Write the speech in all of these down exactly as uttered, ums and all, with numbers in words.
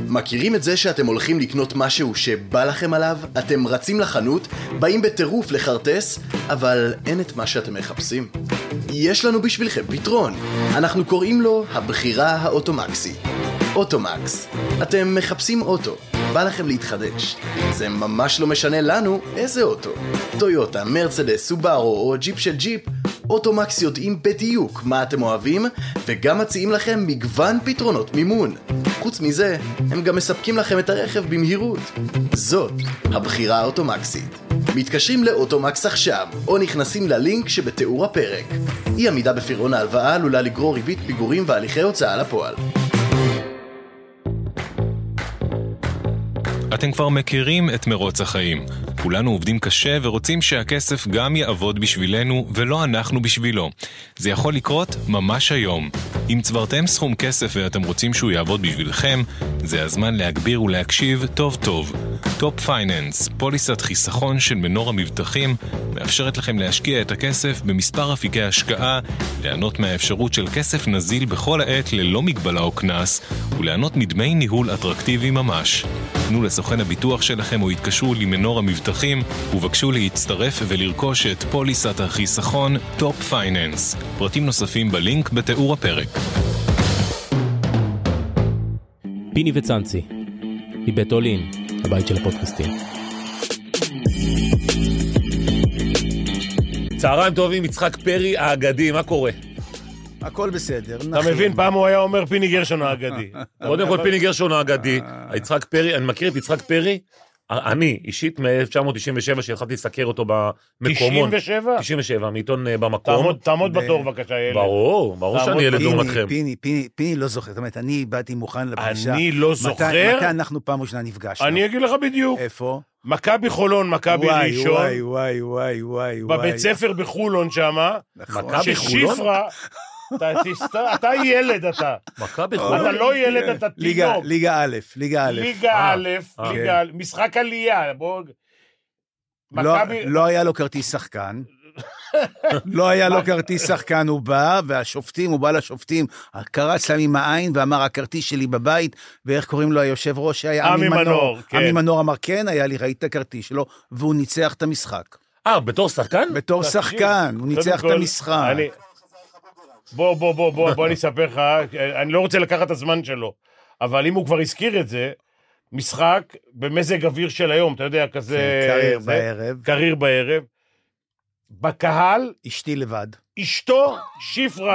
מכירים את זה שאתם הולכים לקנות משהו שבא לכם עליו? אתם רצים לחנות, באים בטירוף לחרטס, אבל אין את מה שאתם מחפשים? יש לנו בשבילכם פתרון. אנחנו קוראים לו הבחירה האוטומקסית. אוטומקס. אתם מחפשים אוטו, בא לכם להתחדש. זה ממש לא משנה לנו איזה אוטו. טויוטה, מרצדס, סובארו או ג'יפ של ג'יפ, אוטומקס יודעים בדיוק מה אתם אוהבים, וגם מציעים לכם מגוון פתרונות מימון. חוץ מזה, הם גם מספקים לכם את הרכב במהירות. זאת הבחירה האוטומקסית. מתקשרים לאוטומקס עכשיו, או נכנסים ללינק שבתיאור הפרק. אי עמידה בפירעון ההלוואה עלולה לגרור ריבית פיגורים והליכי הוצאה לפועל. אתם כבר מכירים את מרוץ החיים. כולנו עובדים קשה ורוצים שהכסף גם יעבוד בשבילנו ולא אנחנו בשבילו. זה יכול לקרות ממש היום. אם צברתם סכום כסף ואתם רוצים שהוא יעבוד בשבילכם, זה הזמן להגביר ולהקשיב טוב טוב. טופ פייננס, פוליסת חיסכון של מנור המבטחים, מאפשרת לכם להשקיע את הכסף במספר אפיקי השקעה, ליהנות מהאפשרות של כסף נזיל בכל העת ללא מגבלה או כנס, וליהנות מדמי ניהול אטרקטיבי ממש. תנו לסוכן הביטוח שלכם או התקשרו למנור המבטחים ובקשו להצטרף ולרכוש את פוליסת החיסכון טופ פייננס. פרטים נוספים בלינק בתיאור הפרק. פיני וצאנצי, מבית אולין, הבית של הפודקאסטים. צהריים טובים, יצחק פרי האגדי, מה קורה? הכל בסדר. אתה מבין, פעם הוא היה אומר פיני גרשון האגדי. קודם כל פיני גרשון האגדי, יצחק פרי, אני מכיר את יצחק פרי, אני אישית מ-אלף תשע מאות תשעים ושבע שהתחלתי לסקר אותו במקומון. תשעים ושבע? תשעים ושבע, מעיתון במקום. תעמוד בתור בבקשה ילד. ברור, ברור שאני ילד לעומתכם. פיני, פיני, פיני לא זוכר, זאת אומרת, אני באתי מוכן לפגישה. אני לא זוכר? מתי אנחנו פעם ראשונה נפגשנו? אני אגיד לך בדיוק. איפה? מכבי חולון, מכבי ראשון. וואי, וואי, וואי, וואי, וואי. בבית ספר בחולון שמה. מכבי חולון? ששיפרה, אתה ילד אתה. מכבי חולון? אתה לא ילד, אתה תינוק. ליגה א', ליגה א'. ליגה א', ליגה א', משחק עלייה. לא היה לו כרטיס שחקן. לא היה לו כרטיס שחקן, הוא בא, והשופטים, הוא בא לשופטים, קרץ להם עם העין, ואמר, הכרטיס שלי בבית, ואיך קוראים לו היושב ראש, שהיה עמי מנור. עמי מנור אמר, כן, היה לי, ראית את הכרטיס שלו, והוא ניצח את המשחק. אה, בתור שחקן? בתור שחקן, הוא ניצח את המשחק. בוא, בוא, בוא, בוא, בוא אני אספר לך, אני לא רוצה לקחת את הזמן שלו, אבל אם הוא כבר הזכיר את זה, משחק במזג אוויר של היום, אתה יודע, כזה... קריר בערב. קריר בערב. בקהל... אשתי לבד. אשתו שיפרה,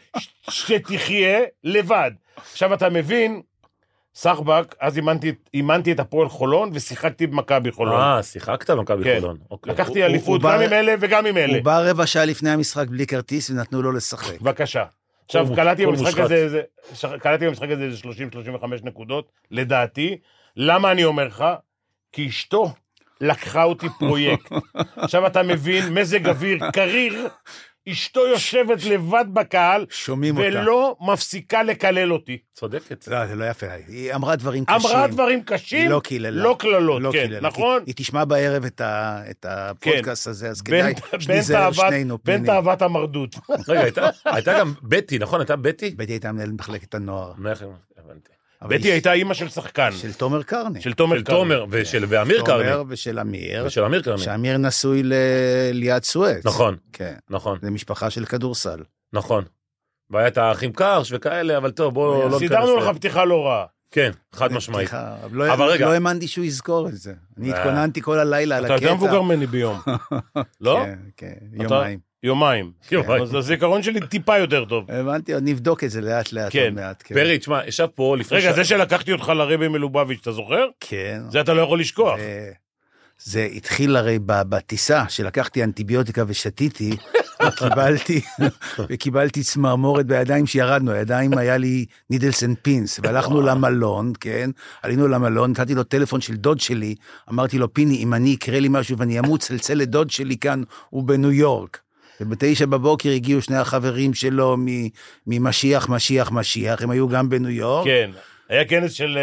שתחיה לבד. עכשיו אתה מבין, סחבק, אז אימנתי, אימנתי את הפועל חולון, ושיחקתי במכבי חולון. אה, שיחקת במכבי כן. חולון. אוקיי. לקחתי אליפות גם עם אלה וגם עם אלה. הוא בא רבע שעה לפני המשחק בלי כרטיס, ונתנו לו לשחק. בבקשה. עכשיו, קלטתי במשחק הזה, קלטתי במשחק הזה איזה שלושים שלושים וחמש נקודות, לדעתי. למה אני אומר לך? כי אשתו לקחה אותי פרויקט. עכשיו אתה מבין, מזג אוויר קריר, אשתו יושבת לבד בקהל, ולא מפסיקה לקלל אותי. צודקת. לא, זה לא יפה. היא אמרה דברים קשים. אמרה דברים קשים, לא קללות, כן, נכון? היא תשמע בערב את הפודקאסט הזה, אז כדאי שניזהר שנינו. בין תאוות המרדות. רגע, הייתה גם בטי, נכון? הייתה בטי? בטי הייתה מנהל מחלקת הנוער. הבנתי. בטי הייתה אימא של שחקן. של תומר קרני. של תומר קרני. ושל ואמיר קרני. תומר ושל אמיר. ושל אמיר קרני. שאמיר נשוי לליאת סואץ. נכון. כן. נכון. זה משפחה של כדורסל. נכון. והיה את האחים קרש וכאלה, אבל טוב, בואו לא... סידרנו לך פתיחה לא רעה. כן, חד משמעית. אבל רגע. לא האמנתי שהוא יזכור את זה. אני התכוננתי כל הלילה על הקטע. אתה יודע מבוגר ממני ביום. לא? כן, כן. יומיים. יומיים. אז הזיכרון שלי טיפה יותר טוב. הבנתי, נבדוק את זה לאט לאט. כן. פרי, תשמע, ישב פה לפני... רגע, זה שלקחתי אותך לרבי מלובביץ', אתה זוכר? כן. זה אתה לא יכול לשכוח. זה התחיל הרי בטיסה, שלקחתי אנטיביוטיקה ושתיתי, וקיבלתי, וקיבלתי צמרמורת בידיים שירדנו, הידיים היה לי נידלס אנד פינס, והלכנו למלון, כן, עלינו למלון, נתתי לו טלפון של דוד שלי, אמרתי לו, פיני, אם אני יקרה לי משהו ואני אמות, צלצל לדוד שלי כאן, הוא בניו יורק. ובתשע בבוקר הגיעו שני החברים שלו ממשיח, משיח, משיח, הם היו גם בניו יורק. כן, היה כנס של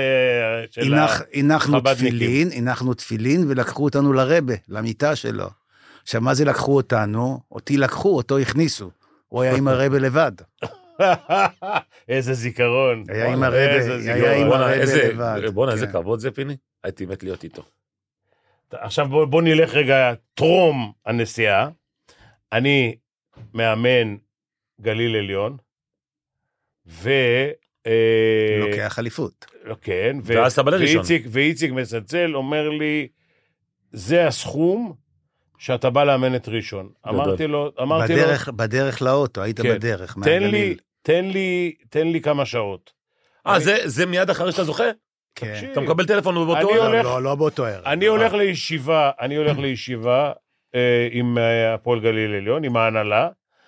הנחנו תפילין, הנחנו תפילין, ולקחו אותנו לרבה, למיטה שלו. עכשיו, מה זה לקחו אותנו? אותי לקחו, אותו הכניסו. הוא היה עם הרבה לבד. איזה זיכרון. היה עם הרבה, היה עם הרבה לבד. בוא'נה, איזה כבוד זה, פיני? הייתי מת להיות איתו. עכשיו בוא נלך רגע טרום הנסיעה. אני מאמן גליל עליון, ו... לוקח אליפות. כן, ואיציק מצלצל, אומר לי, זה הסכום שאתה בא לאמן את ראשון. אמרתי לו, אמרתי לו... בדרך לאוטו, היית בדרך. תן לי, תן לי, תן לי כמה שעות. אה, זה מיד אחרי שאתה זוכה? כן. אתה מקבל טלפון באותו ערב? לא, לא באותו ערב. אני הולך לישיבה, אני הולך לישיבה עם הפועל גליל עליון, עם ההנהלה,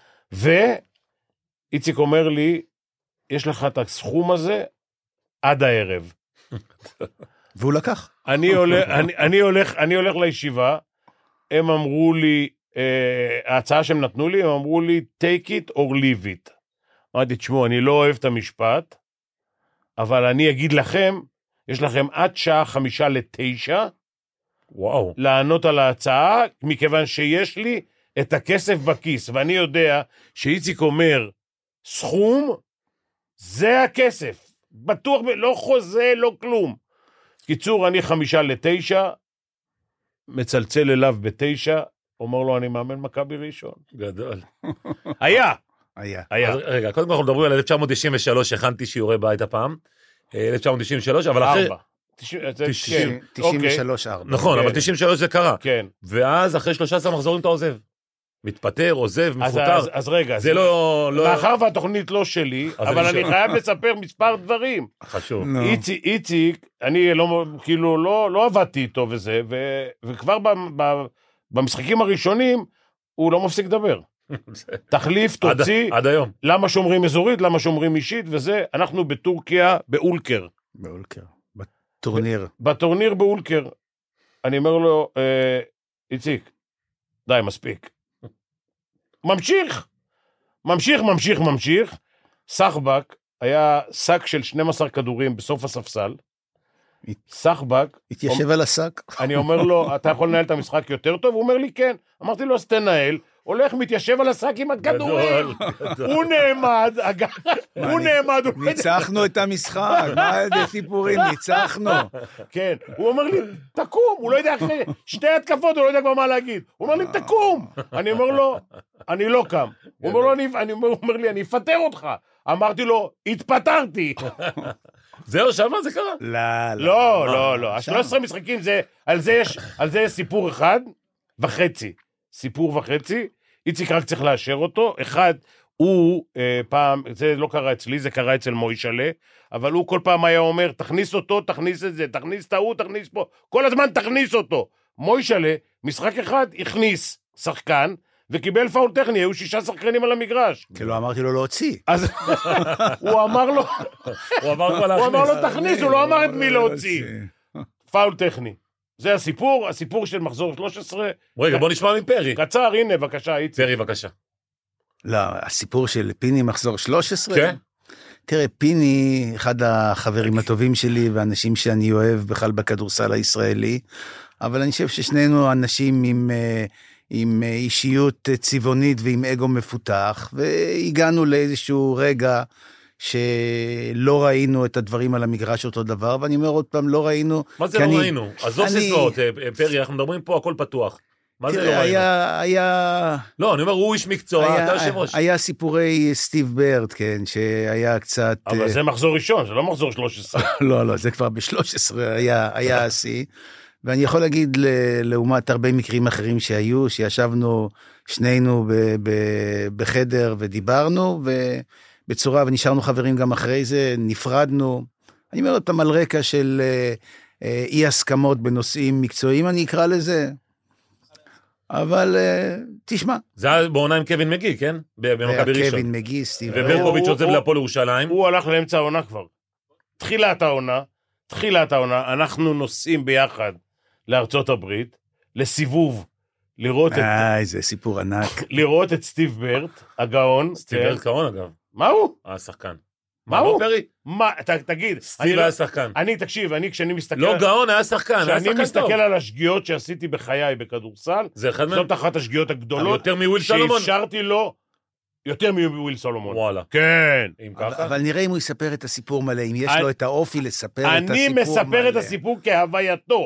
ואיציק אומר לי, יש לך את הסכום הזה עד הערב. והוא לקח. אני הולך, אני, אני הולך, אני הולך לישיבה, הם אמרו לי, ההצעה שהם נתנו לי, הם אמרו לי, take it or leave it. אמרתי, תשמעו, אני לא אוהב את המשפט, אבל אני אגיד לכם, יש לכם עד שעה חמישה לתשע, וואו. לענות על ההצעה, מכיוון שיש לי את הכסף בכיס, ואני יודע שאיציק אומר, סכום, זה הכסף. בטוח, לא חוזה, לא כלום. קיצור, אני חמישה לתשע, מצלצל אליו בתשע, אומר לו, אני מאמן מכבי ראשון. גדול. היה. היה. היה. רגע, קודם כל אנחנו מדברים על אלף תשע מאות תשעים ושלוש, הכנתי שיעורי בית הפעם. אלף תשע מאות תשעים ושלוש, אבל אחרי... ארבע. תשעים ושלוש ארבע. נכון, אבל תשעים ושלוש זה קרה. כן. ואז אחרי שלושה עשר מחזורים אתה עוזב. מתפטר, עוזב, מפוטר. אז רגע. זה לא... מאחר והתוכנית לא שלי, אבל אני חייב לספר מספר דברים. חשוב. איציק, אני לא, כאילו, לא עבדתי איתו וזה, וכבר במשחקים הראשונים, הוא לא מפסיק לדבר. תחליף, תוציא. עד היום. למה שומרים אזורית, למה שומרים אישית, וזה, אנחנו בטורקיה, באולקר. באולקר. בטורניר. בטורניר באולקר. אני אומר לו, איציק, די, מספיק. ממשיך, ממשיך, ממשיך, ממשיך. סחבק היה שק של שנים עשר כדורים בסוף הספסל. סחבק. התיישב על השק. אני אומר לו, אתה יכול לנהל את המשחק יותר טוב? הוא אומר לי, כן. אמרתי לו, אז תנהל. הולך, מתיישב על השק עם הכדורים. הוא נעמד, הוא נעמד. ניצחנו את המשחק, מה זה סיפורים? ניצחנו. כן, הוא אומר לי, תקום, הוא לא יודע אחרי שתי התקפות, הוא לא יודע כבר מה להגיד. הוא אומר לי, תקום. אני אומר לו, אני לא קם. הוא אומר לי, אני אפטר אותך. אמרתי לו, התפטרתי. זהו, שמה זה קרה? לא, לא, לא, לא. ה-שלושה עשר משחקים, על זה יש סיפור אחד וחצי. סיפור וחצי, איציק רק צריך לאשר אותו. אחד, הוא אה, פעם, זה לא קרה אצלי, זה קרה אצל מוישלה, אבל הוא כל פעם היה אומר, תכניס אותו, תכניס את זה, תכניס את ההוא, תכניס פה, כל הזמן תכניס אותו. מוישלה, משחק אחד, הכניס שחקן, וקיבל פאול טכני, היו שישה שחקנים על המגרש. כי לא אמרתי לו להוציא. אז הוא אמר לו, הוא אמר לו תכניס, הוא לא אמר את מי להוציא. פאול טכני. זה הסיפור, הסיפור של מחזור שלוש עשרה. רגע, בוא נשמע מפרי. קצר, הנה, בבקשה, איציק. פרי, בבקשה. לא, הסיפור של פיני מחזור שלוש עשרה? כן. תראה, פיני, אחד החברים הטובים שלי, ואנשים שאני אוהב בכלל בכדורסל הישראלי, אבל אני חושב ששנינו אנשים עם, עם אישיות צבעונית ועם אגו מפותח, והגענו לאיזשהו רגע שלא ראינו את הדברים על המגרש אותו דבר, ואני אומר עוד פעם, לא ראינו... מה זה לא אני, ראינו? עזוב אני... סיסמאות, פרי, אנחנו מדברים פה הכל פתוח. מה זה לא ראינו? היה, היה... לא, אני אומר, הוא איש מקצוע, היה, אתה יושב ראש. היה סיפורי סטיב ברד, כן, שהיה קצת... אבל זה מחזור ראשון, זה לא מחזור שלוש עשרה. לא, לא, זה כבר ב-שלוש עשרה היה, היה השיא, ואני יכול להגיד, לעומת הרבה מקרים אחרים שהיו, שישבנו שנינו ב- ב- בחדר ודיברנו, ו... בצורה, ונשארנו חברים גם אחרי זה, נפרדנו, אני אומר אותם על רקע של אה, אה, אי הסכמות בנושאים מקצועיים, אני אקרא לזה, אבל אה, תשמע. זה היה בעונה עם קווין מגי, כן? במכבי ראשון. קווין מגי, סטיב. וברקוביץ' עוזב להפועל ירושלים. הוא הלך לאמצע העונה כבר. תחילת העונה, תחילת העונה, אנחנו נוסעים ביחד לארצות הברית, לסיבוב, לראות את... אה, איזה סיפור ענק. לראות את סטיב ברט, הגאון. סטיב ברט גאון, אגב. מה הוא? השחקן. מה הוא? מה, תגיד. סטיב היה שחקן. אני, תקשיב, אני כשאני מסתכל... לא גאון, היה שחקן, היה שחקן טוב. כשאני מסתכל על השגיאות שעשיתי בחיי בכדורסל, זה אחד מהם. זאת אחת השגיאות הגדולות. יותר מוויל סלומון. שאפשרתי לו יותר מוויל סולומון. וואלה. כן. אם אבל, ככה? אבל נראה אם הוא יספר את הסיפור מלא, אם יש אני, לו את האופי לספר את הסיפור מלא. אני מספר את הסיפור כהווייתו.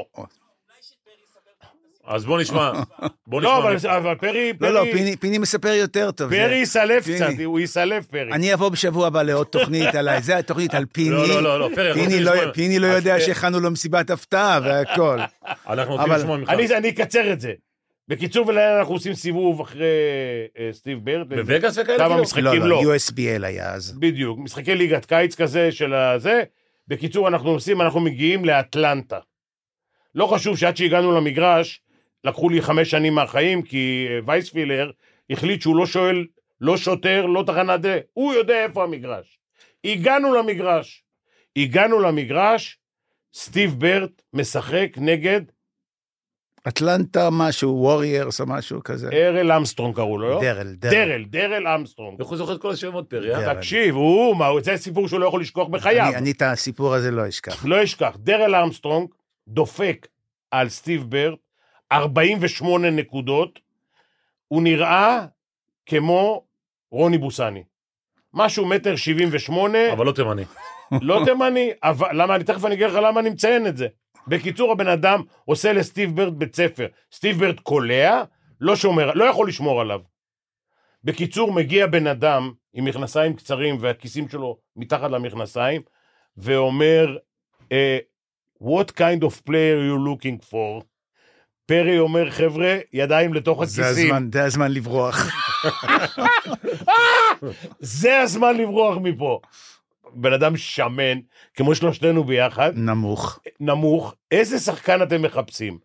אז בוא נשמע. בוא לא, נשמע. אבל, אבל פרי... לא, לא, פרי, פיני, פיני מספר יותר טוב. פרי זה... יסלף פיני. קצת, הוא יסלף פרי. אני אבוא בשבוע הבא לעוד תוכנית עליי, זה התוכנית על פיני. לא, לא, לא, לא, פרי, אנחנו פיני רוצים לא, לשמוע. פיני לא אז יודע פרי- שהכנו לו מסיבת הפתעה והכל. אנחנו רוצים אבל- לשמוע ממך. אני, אני אקצר את זה. בקיצור ולעניין אנחנו עושים סיבוב אחרי אה, סטיב ברט. בווגאס וכאלה כמה כאילו? משחקים לא, לא. לא, יו אס בי אל היה אז. בדיוק, משחקי ליגת קיץ כזה של הזה. בקיצור, אנחנו עושים, אנחנו מגיעים לאטלנטה. לא חשוב שעד שהגענו למגרש, לקחו לי חמש שנים מהחיים, כי וייספילר החליט שהוא לא שואל, לא שוטר, לא תחנת דלק, הוא יודע איפה המגרש. הגענו למגרש. הגענו למגרש, סטיב ברט משחק נגד אטלנטה משהו, ווריירס או משהו כזה. ארל אמסטרונג קראו לו, לא? דרל, דרל. דרל, דרל אמסטרונג. איך הוא זוכר את כל השמות פרי, אה? דרל. תקשיב, הוא, מה, זה סיפור שהוא לא יכול לשכוח בחייו. אני, אני את הסיפור הזה לא אשכח. לא אשכח, דרל אמסטרונג דופק על סטיב ברט, ארבעים ושמונה נקודות, הוא נראה כמו רוני בוסני. משהו מטר שבעים ושמונה, אבל לא תימני. לא תימני, אבל למה, אני תכף אני אגיד לך למה אני מציין את זה. בקיצור, הבן אדם עושה לסטיב ברט בית ספר. סטיב ברט קולע, לא שומר, לא יכול לשמור עליו. בקיצור, מגיע בן אדם עם מכנסיים קצרים והכיסים שלו מתחת למכנסיים, ואומר, uh, what kind of player you looking for? פרי אומר, חבר'ה, ידיים לתוך זה הכיסים. הזמן, זה הזמן לברוח. זה הזמן לברוח מפה. בן אדם שמן, כמו שלושתנו ביחד, נמוך. נמוך, איזה שחקן אתם מחפשים?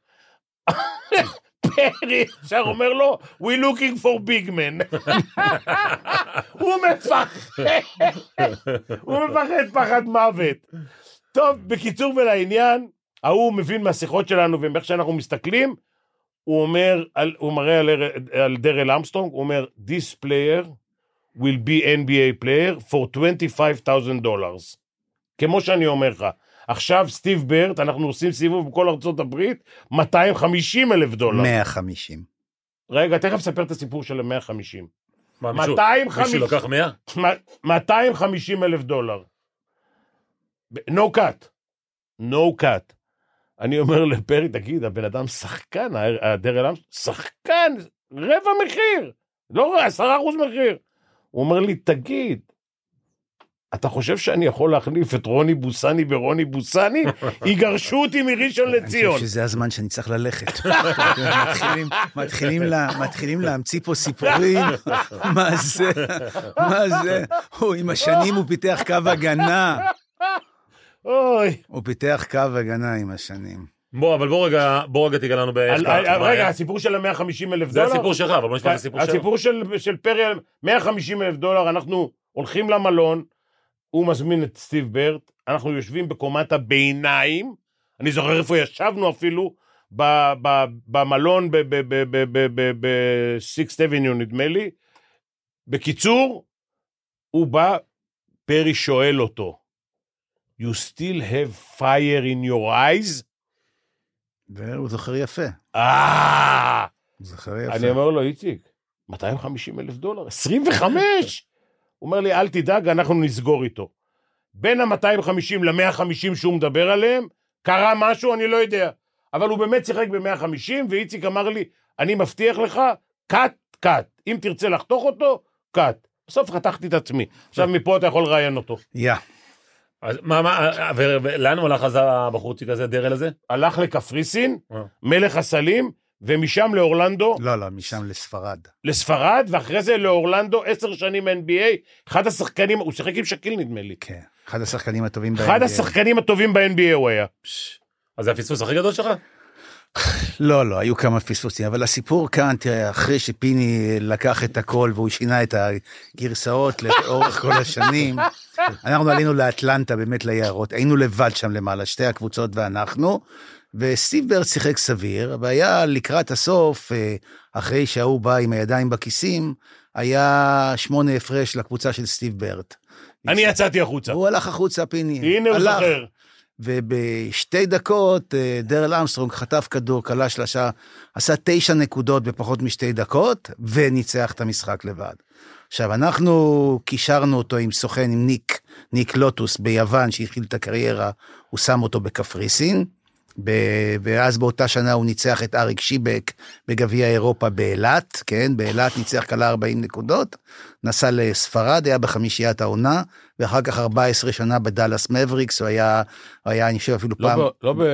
פרי, שר אומר לו, we looking for big man. הוא מפחד, הוא מפחד פחד מוות. טוב, בקיצור ולעניין, ההוא מבין מהשיחות שלנו, ואיך שאנחנו מסתכלים, הוא אומר, הוא מראה על, על דרל אמסטרונג, הוא אומר, this player will be אן בי איי player for twenty-five thousand dollars. כמו שאני אומר לך, עכשיו סטיב ברט, אנחנו עושים סיבוב בכל ארצות הברית, מאתיים וחמישים אלף דולר. מאה וחמישים. רגע, תכף ספר את הסיפור של מאה וחמישים. מה, מישהו- מאתיים וחמישים מישהו לקח מאה? מאתיים וחמישים אלף דולר. No cut. No cut. אני אומר לפרי, תגיד, הבן אדם שחקן, הדרל אמסטרונג, שחקן, רבע מחיר. לא, עשרה אחוז מחיר. הוא אומר לי, תגיד, אתה חושב שאני יכול להחליף את רוני בוסני ברוני בוסני? יגרשו אותי מראשון אני לציון. חושב שזה הזמן שאני צריך ללכת. מתחילים, מתחילים, לה, מתחילים להמציא פה סיפורים, מה זה, מה זה, הוא עם השנים הוא פיתח קו הגנה, אוי. הוא פיתח קו הגנה עם השנים. בוא, אבל בוא רגע, בוא רגע תיגע לנו באיך... על- מה על- היה. רגע, הסיפור של ה-מאה וחמישים אלף זה דולר. הסיפור שלך, אבל בוא נשמע את הסיפור שלך. הסיפור של, של פרי, על מאה וחמישים אלף דולר, אנחנו הולכים למלון, הוא מזמין את סטיב ברט, אנחנו יושבים בקומת הביניים, אני זוכר איפה ישבנו אפילו, ב- ב- במלון ב-סיקסט אביניו נדמה לי. בקיצור, הוא בא, פרי שואל אותו, you still have fire in your eyes? והוא זוכר יפה, אה! הוא זוכר יפה. אני אומר לו, איציק, מאתיים וחמישים אלף דולר, עשרים וחמש! הוא אומר לי, אל תדאג, אנחנו נסגור איתו. בין ה-מאתיים וחמישים ל-מאה וחמישים שהוא מדבר עליהם, קרה משהו, אני לא יודע. אבל הוא באמת שיחק ב-מאה וחמישים, ואיציק אמר לי, אני מבטיח לך, קאט, קאט. אם תרצה לחתוך אותו, קאט. בסוף חתכתי את עצמי. עכשיו מפה אתה יכול לראיין אותו. יא. אז מה, מה, ו- ולאן הוא הלך אז הבחורצ'יק הזה, דרל הזה? הלך לקפריסין, אה. מלך הסלים, ומשם לאורלנדו, לא, לא, משם לספרד. לספרד, ואחרי זה לאורלנדו, עשר שנים אן בי איי, אחד השחקנים, הוא שיחק עם שקיל נדמה לי. כן, אחד השחקנים הטובים ב-אן אחד בי איי. השחקנים הטובים ב-אן בי איי הוא היה. אז זה הפספוס הכי גדול שלך? לא, לא, היו כמה פספוסים, אבל הסיפור כאן, תראה, אחרי שפיני לקח את הכל והוא שינה את הגרסאות לאורך כל השנים, אנחנו עלינו לאטלנטה באמת ליערות, היינו לבד שם למעלה, שתי הקבוצות ואנחנו, וסטיב ברט שיחק סביר, והיה לקראת הסוף, אחרי שההוא בא עם הידיים בכיסים, היה שמונה הפרש לקבוצה של סטיב ברט. אני יצאתי החוצה. הוא הלך החוצה, פיני. הנה הוא הלך. זוכר. ובשתי דקות דרל אמסטרונג חטף כדור, קלה שלשה, עשה תשע נקודות בפחות משתי דקות, וניצח את המשחק לבד. עכשיו, אנחנו קישרנו אותו עם סוכן, עם ניק, ניק לוטוס ביוון, שהתחיל את הקריירה, הוא שם אותו בקפריסין, ואז באותה שנה הוא ניצח את אריק שיבק בגביע אירופה באילת, כן, באילת ניצח קלה ארבעים נקודות, נסע לספרד, היה בחמישיית העונה, ואחר כך ארבע עשרה שנה בדלס מבריקס, הוא היה, היה אני חושב אפילו פעם,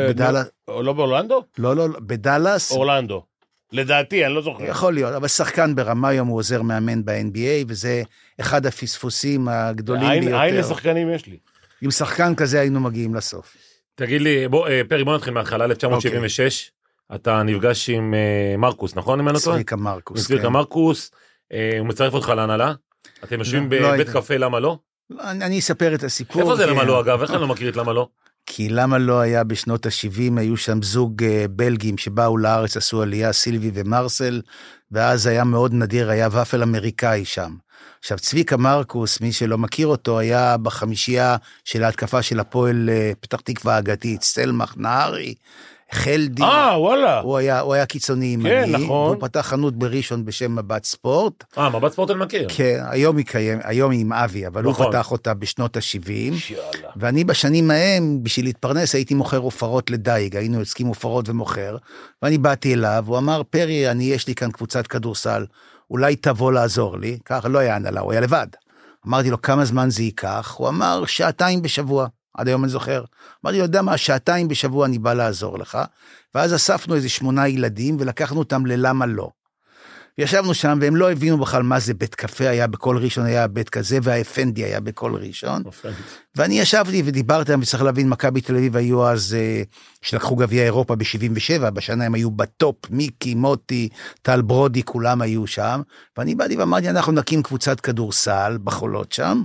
לא באורלנדו? לא, לא, בדלס. אורלנדו. לדעתי, אני לא זוכר. יכול להיות, אבל שחקן ברמה, היום הוא עוזר מאמן ב-אן בי איי, וזה אחד הפספוסים הגדולים ביותר. עין לשחקנים יש לי. עם שחקן כזה היינו מגיעים לסוף. תגיד לי, בוא, פרי, בוא נתחיל מההתחלה, אלף תשע מאות שבעים ושש, אתה נפגש עם מרקוס, נכון? עם צביקה מרקוס. צביקה מרקוס, הוא מצרף אותך להנהלה? אתם יושבים בבית קפה, למה לא? אני אספר את הסיפור. איפה זה למה לא, אגב? איך אני לא מכיר את למה לא? כי למה לא היה בשנות ה-שבעים, היו שם זוג בלגים שבאו לארץ, עשו עלייה, סילבי ומרסל, ואז היה מאוד נדיר, היה ופל אמריקאי שם. עכשיו, צביקה מרקוס, מי שלא מכיר אותו, היה בחמישייה של ההתקפה של הפועל פתח תקווה אגדית, סטלמך, נהרי, חלדי. אה, וואלה. הוא היה, הוא היה קיצוני ימני. כן, נכון. הוא פתח חנות בראשון בשם מבט ספורט. אה, מבט ספורט אני מכיר. כן, היום היא קיים, היום היא עם אבי, אבל נכון. הוא פתח אותה בשנות ה-שבעים. שיאללה. ואני בשנים ההם, בשביל להתפרנס, הייתי מוכר הופרות לדייג, היינו יוצקים הופרות ומוכר, ואני באתי אליו, הוא אמר, פרי, אני, יש לי כאן קבוצת כדורסל, אולי תבוא לעזור לי, ככה לא היה הנהלה, הוא היה לבד. אמרתי לו, כמה זמן זה ייקח? הוא אמר, שעתיים בשבוע. עד היום אני זוכר. אמרתי לו, יודע מה, שעתיים בשבוע אני בא לעזור לך, ואז אספנו איזה שמונה ילדים, ולקחנו אותם ללמה לא. וישבנו שם, והם לא הבינו בכלל מה זה בית קפה, היה בכל ראשון, היה בית כזה, והאפנדי היה בכל ראשון. ואני ישבתי ודיברתי, וצריך להבין, מכבי תל אביב היו אז, שלקחו גביע אירופה ב-שבעים ושבע, בשנה הם היו בטופ, מיקי, מוטי, טל ברודי, כולם היו שם, ואני באתי ואמרתי, אנחנו נקים קבוצת כדורסל, בחולות שם,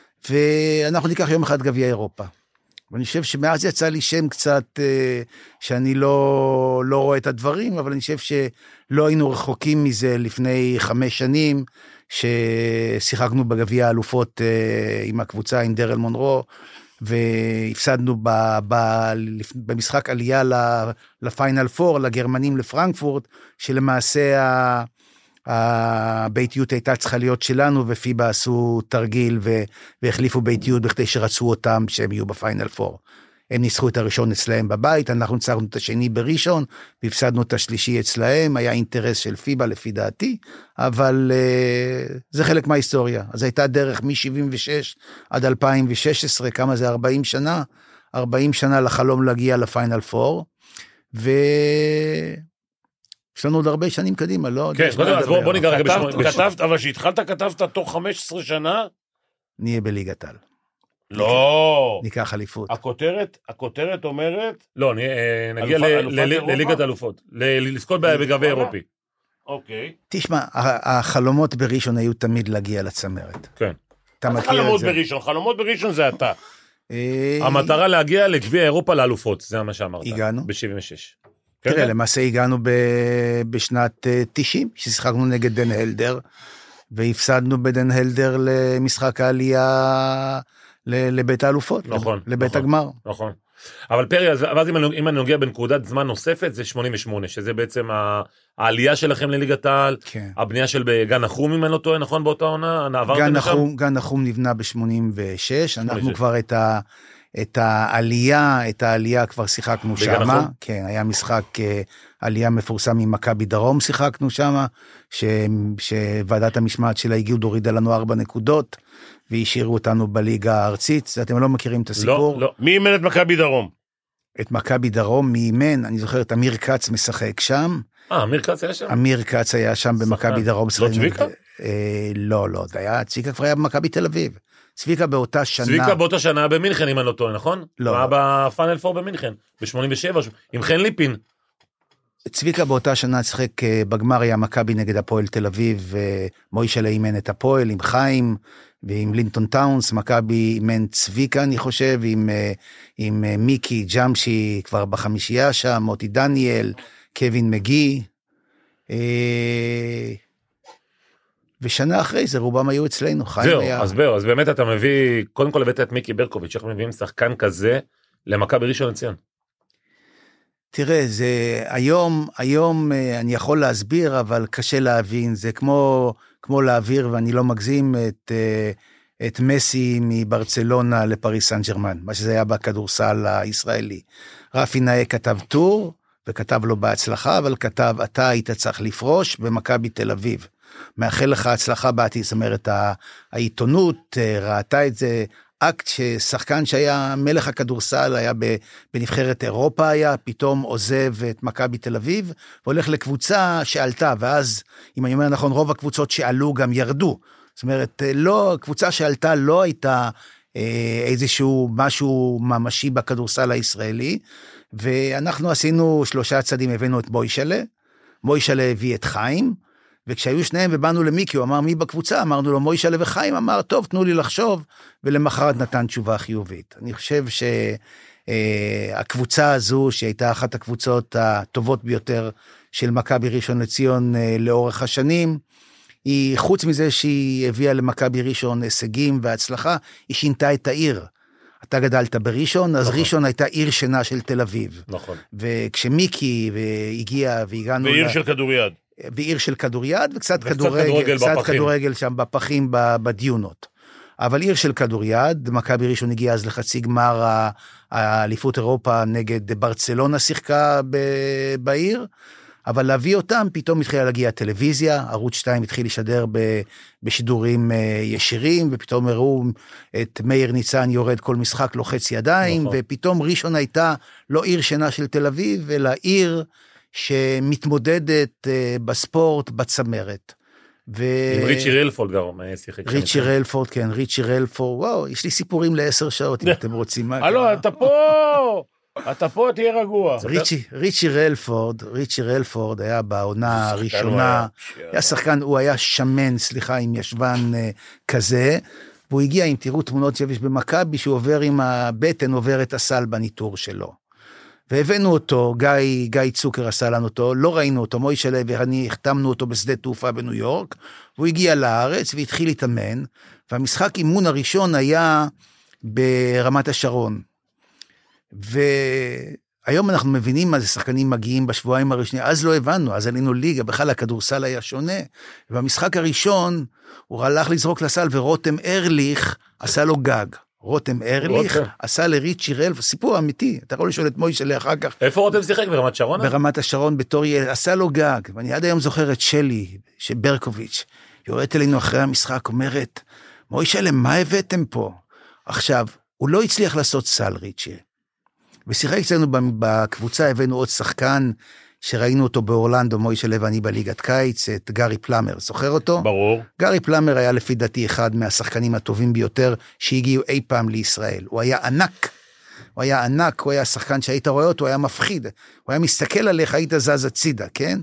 ואנחנו ניקח יום אחד גביע אירופה. ואני חושב שמאז יצא לי שם קצת, אה, שאני לא, לא רואה את הדברים, אבל אני חושב שלא היינו רחוקים מזה לפני חמש שנים, ששיחקנו בגביע האלופות אה, עם הקבוצה, עם דרל מונרו, והפסדנו ב, ב, במשחק עלייה לפיינל פור, לגרמנים לפרנקפורט, שלמעשה ה... הביתיות הייתה צריכה להיות שלנו, ופיבה עשו תרגיל והחליפו ביתיות בכדי שרצו אותם שהם יהיו בפיינל פור. הם ניסחו את הראשון אצלהם בבית, אנחנו ניצחנו את השני בראשון, והפסדנו את השלישי אצלהם, היה אינטרס של פיבה לפי דעתי, אבל uh, זה חלק מההיסטוריה. אז הייתה דרך מ-שבעים ושש עד אלפיים ושש עשרה, כמה זה ארבעים שנה, ארבעים שנה לחלום להגיע לפיינל פור, ו... יש לנו עוד הרבה שנים קדימה, לא? כן, אז בוא ניגע רגע בשמונה. כתבת, אבל שהתחלת כתבת תוך חמש עשרה שנה? נהיה בליגת העל. לא. ניקח אליפות. הכותרת, הכותרת אומרת... לא, נגיע לליגת אלופות. לזכות בגביע אירופי. אוקיי. תשמע, החלומות בראשון היו תמיד להגיע לצמרת. כן. אתה מכיר את זה. חלומות בראשון, חלומות בראשון זה אתה. המטרה להגיע לגביע אירופה לאלופות, זה מה שאמרת. הגענו. ב-שבעים ושש. תראה, למעשה הגענו בשנת תשעים, ששיחקנו נגד דן הלדר, והפסדנו בדן הלדר למשחק העלייה לבית האלופות, נכון, לבית נכון, הגמר. נכון. אבל פרי, אז אם אני נוגע בנקודת זמן נוספת, זה שמונים ושמונה, שזה בעצם העלייה שלכם לליגת העל, כן. הבנייה של גן נחום, אם אני לא טועה, נכון, באותה עונה? גן נחום, גן נחום נבנה ב-שמונים ושש, אנחנו כבר את ה... את העלייה, את העלייה כבר שיחקנו שמה, כן, היה משחק עלייה מפורסם עם מכבי דרום, שיחקנו שמה, ש, שוועדת המשמעת שלה הגיעו דורידה לנו ארבע נקודות, והשאירו אותנו בליגה הארצית, אתם לא מכירים את הסיפור? לא, לא. מי אימן את מכבי דרום? את מכבי דרום, מי אימן, אני זוכר את אמיר קץ משחק שם. אה, אמיר קץ היה שם? אמיר קץ היה שם במכבי דרום. לא צביקה? לא, לא, צביקה כבר היה במכבי תל אביב. צביקה באותה שנה... צביקה באותה שנה במינכן, אם אני לא טועה, נכון? לא. היה בפאנל פור במינכן, ב-שמונים ושבע, עם חן ליפין. צביקה באותה שנה צחק בגמר, היה מכבי נגד הפועל תל אביב, ומוישלה אימן את הפועל עם חיים, ועם לינטון טאונס, מכבי אימן צביקה, אני חושב, עם, עם מיקי ג'אמשי, כבר בחמישייה שם, מוטי דניאל, קווין מגי, ושנה אחרי זה רובם היו אצלנו. זהו, היה... אז בואו, אז באמת אתה מביא, קודם כל הבאת את מיקי ברקוביץ', איך מביאים שחקן כזה למכבי ראשון לציון? תראה, זה היום, היום אני יכול להסביר, אבל קשה להבין, זה כמו, כמו להעביר, ואני לא מגזים, את, את מסי מברצלונה לפריס סן ג'רמן, מה שזה היה בכדורסל הישראלי. רפי נאה כתב טור, וכתב לו בהצלחה, אבל כתב, אתה היית צריך לפרוש במכבי תל אביב. מאחל לך הצלחה בעתיד, זאת אומרת, העיתונות ראתה את זה, אקט ששחקן שהיה מלך הכדורסל, היה בנבחרת אירופה היה, פתאום עוזב את מכבי תל אביב, והולך לקבוצה שעלתה, ואז, אם אני אומר נכון, רוב הקבוצות שעלו גם ירדו. זאת אומרת, לא, קבוצה שעלתה לא הייתה אה, איזשהו משהו ממשי בכדורסל הישראלי, ואנחנו עשינו שלושה צעדים, הבאנו את מוישלה, מוישלה הביא את חיים, וכשהיו שניהם ובאנו למיקי, הוא אמר מי בקבוצה, אמרנו לו מוישלה וחיים, אמר טוב תנו לי לחשוב, ולמחרת נתן תשובה חיובית. אני חושב שהקבוצה הזו, שהייתה אחת הקבוצות הטובות ביותר של מכבי ראשון לציון לאורך השנים, היא חוץ מזה שהיא הביאה למכבי ראשון הישגים והצלחה, היא שינתה את העיר. אתה גדלת בראשון, אז נכון. ראשון הייתה עיר שינה של תל אביב. נכון. וכשמיקי הגיע והגענו... ועיר לה... של כדוריד. ועיר של כדוריד, וקצת כדורגל, כדורגל, קצת כדורגל שם בפחים בדיונות. אבל עיר של כדוריד, מכבי ראשון הגיע אז לחצי גמר האליפות אירופה נגד ברצלונה שיחקה בעיר, אבל להביא אותם, פתאום התחילה להגיע טלוויזיה, ערוץ שתיים התחיל לשדר בשידורים ישירים, ופתאום הראו את מאיר ניצן יורד כל משחק לוחץ ידיים, נכון. ופתאום ראשון הייתה לא עיר שינה של תל אביב, אלא עיר שמתמודדת בספורט בצמרת. ו... עם ריצ'י רלפורד גם, שיחק. ריצ'י רלפורד, כן, ריצ'י רלפורד, וואו, יש לי סיפורים לעשר שעות, אם אתם רוצים. הלו, אתה פה! אתה פה תהיה רגוע. ריצ'י, ריצ'י רלפורד, ריצ'י רלפורד היה בעונה הראשונה, היה שחקן, הוא היה שמן, סליחה, עם ישבן כזה, והוא הגיע, אם תראו תמונות שיש במכבי, שהוא עובר עם הבטן, עובר את הסל בניטור שלו. והבאנו אותו, גיא, גיא צוקר עשה לנו אותו, לא ראינו אותו, מוישלה ואני החתמנו אותו בשדה תעופה בניו יורק, והוא הגיע לארץ והתחיל להתאמן, והמשחק אימון הראשון היה ברמת השרון. והיום אנחנו מבינים מה זה שחקנים מגיעים בשבועיים הראשונים, אז לא הבנו, אז עלינו ליגה, בכלל הכדורסל היה שונה, ובמשחק הראשון הוא הלך לזרוק לסל, ורותם ארליך עשה לו גג. רותם ארליך עשה לריצ'י רלפורד, סיפור אמיתי, אתה יכול לשאול את מוישלה אחר כך. איפה רותם שיחק? ברמת שרון? ברמת השרון בתור ילד, עשה לו גג, ואני עד היום זוכר את שלי, שברקוביץ', יורדת אלינו אחרי המשחק, אומרת, מוישלה, מה הבאתם פה? עכשיו, הוא לא הצליח לעשות סל ריצ'י, ושיחק אצלנו בקבוצה, הבאנו עוד שחקן, שראינו אותו באורלנדו, מוישלה ואני בליגת קיץ, את גארי פלאמר, זוכר אותו? ברור. גארי פלאמר היה לפי דעתי אחד מהשחקנים הטובים ביותר, שהגיעו אי פעם לישראל. הוא היה ענק, הוא היה ענק, הוא היה שחקן שהיית רואה אותו, הוא היה מפחיד, הוא היה מסתכל עליך, היית זז הצידה, כן?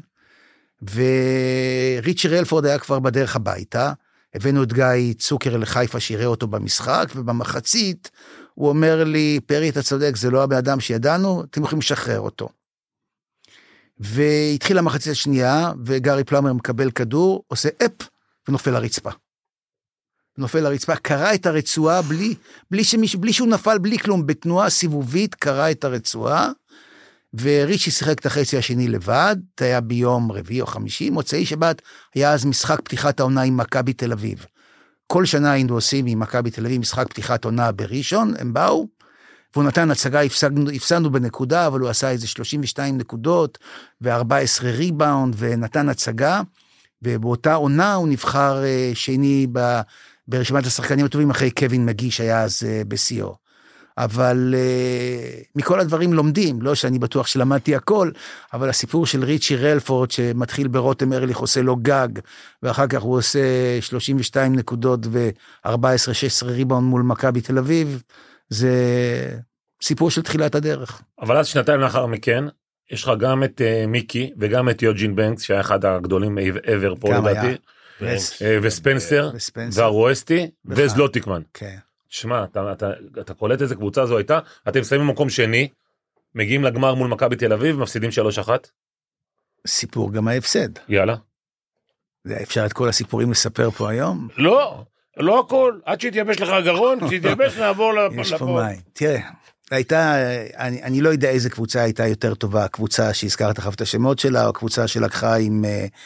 וריצ'י רלפורד היה כבר בדרך הביתה, הבאנו את גיא צוקר לחיפה, שיראה אותו במשחק, ובמחצית הוא אומר לי, פרי, אתה צודק, זה לא הבן אדם שידענו, אתם יכולים לשחרר אותו. והתחילה המחצית השנייה, וגארי פלאמר מקבל כדור, עושה אפ, ונופל לרצפה. נופל לרצפה, קרא את הרצועה, בלי, בלי, שמיש, בלי שהוא נפל, בלי כלום, בתנועה סיבובית, קרא את הרצועה, וריצ'י שיחק את החצי השני לבד, זה היה ביום רביעי או חמישי, מוצאי שבת, היה אז משחק פתיחת העונה עם מכבי תל אביב. כל שנה היינו עושים עם מכבי תל אביב, משחק פתיחת עונה בראשון, הם באו, והוא נתן הצגה, הפסדנו, הפסדנו בנקודה, אבל הוא עשה איזה שלושים ושתיים נקודות, ו-ארבע עשרה ריבאונד, ונתן הצגה, ובאותה עונה הוא נבחר שני ב, ברשימת השחקנים הטובים, אחרי קווין מגי, שהיה אז בסיור. אבל מכל הדברים לומדים, לא שאני בטוח שלמדתי הכל, אבל הסיפור של ריצ'י רלפורד, שמתחיל ברותם ארליך, עושה לו גג, ואחר כך הוא עושה שלושים ושתיים נקודות, ו-ארבע עשרה שש עשרה ריבאונד מול מכבי תל אביב, זה סיפור של תחילת הדרך. אבל אז שנתיים לאחר מכן, יש לך גם את uh, מיקי, וגם את יוג'ין בנקס, שהיה אחד הגדולים ever פה לדעתי, וספנסר, והרואסטי, וזלוטיקמן. תשמע, אתה, אתה, אתה קולט איזה קבוצה זו הייתה, אתם שמים במקום שני, מגיעים לגמר מול מכבי תל אביב, מפסידים שלוש אחת. סיפור גם ההפסד. יאללה. אפשר את כל הסיפורים לספר פה היום? לא. לא הכל, עד שהתייבש לך הגרון, כשהתייבש נעבור לפה. יש פה מים. תראה, הייתה, אני, אני לא יודע איזה קבוצה הייתה יותר טובה, הקבוצה שהזכרת אחת את השמות שלה, או הקבוצה שלקחה עם,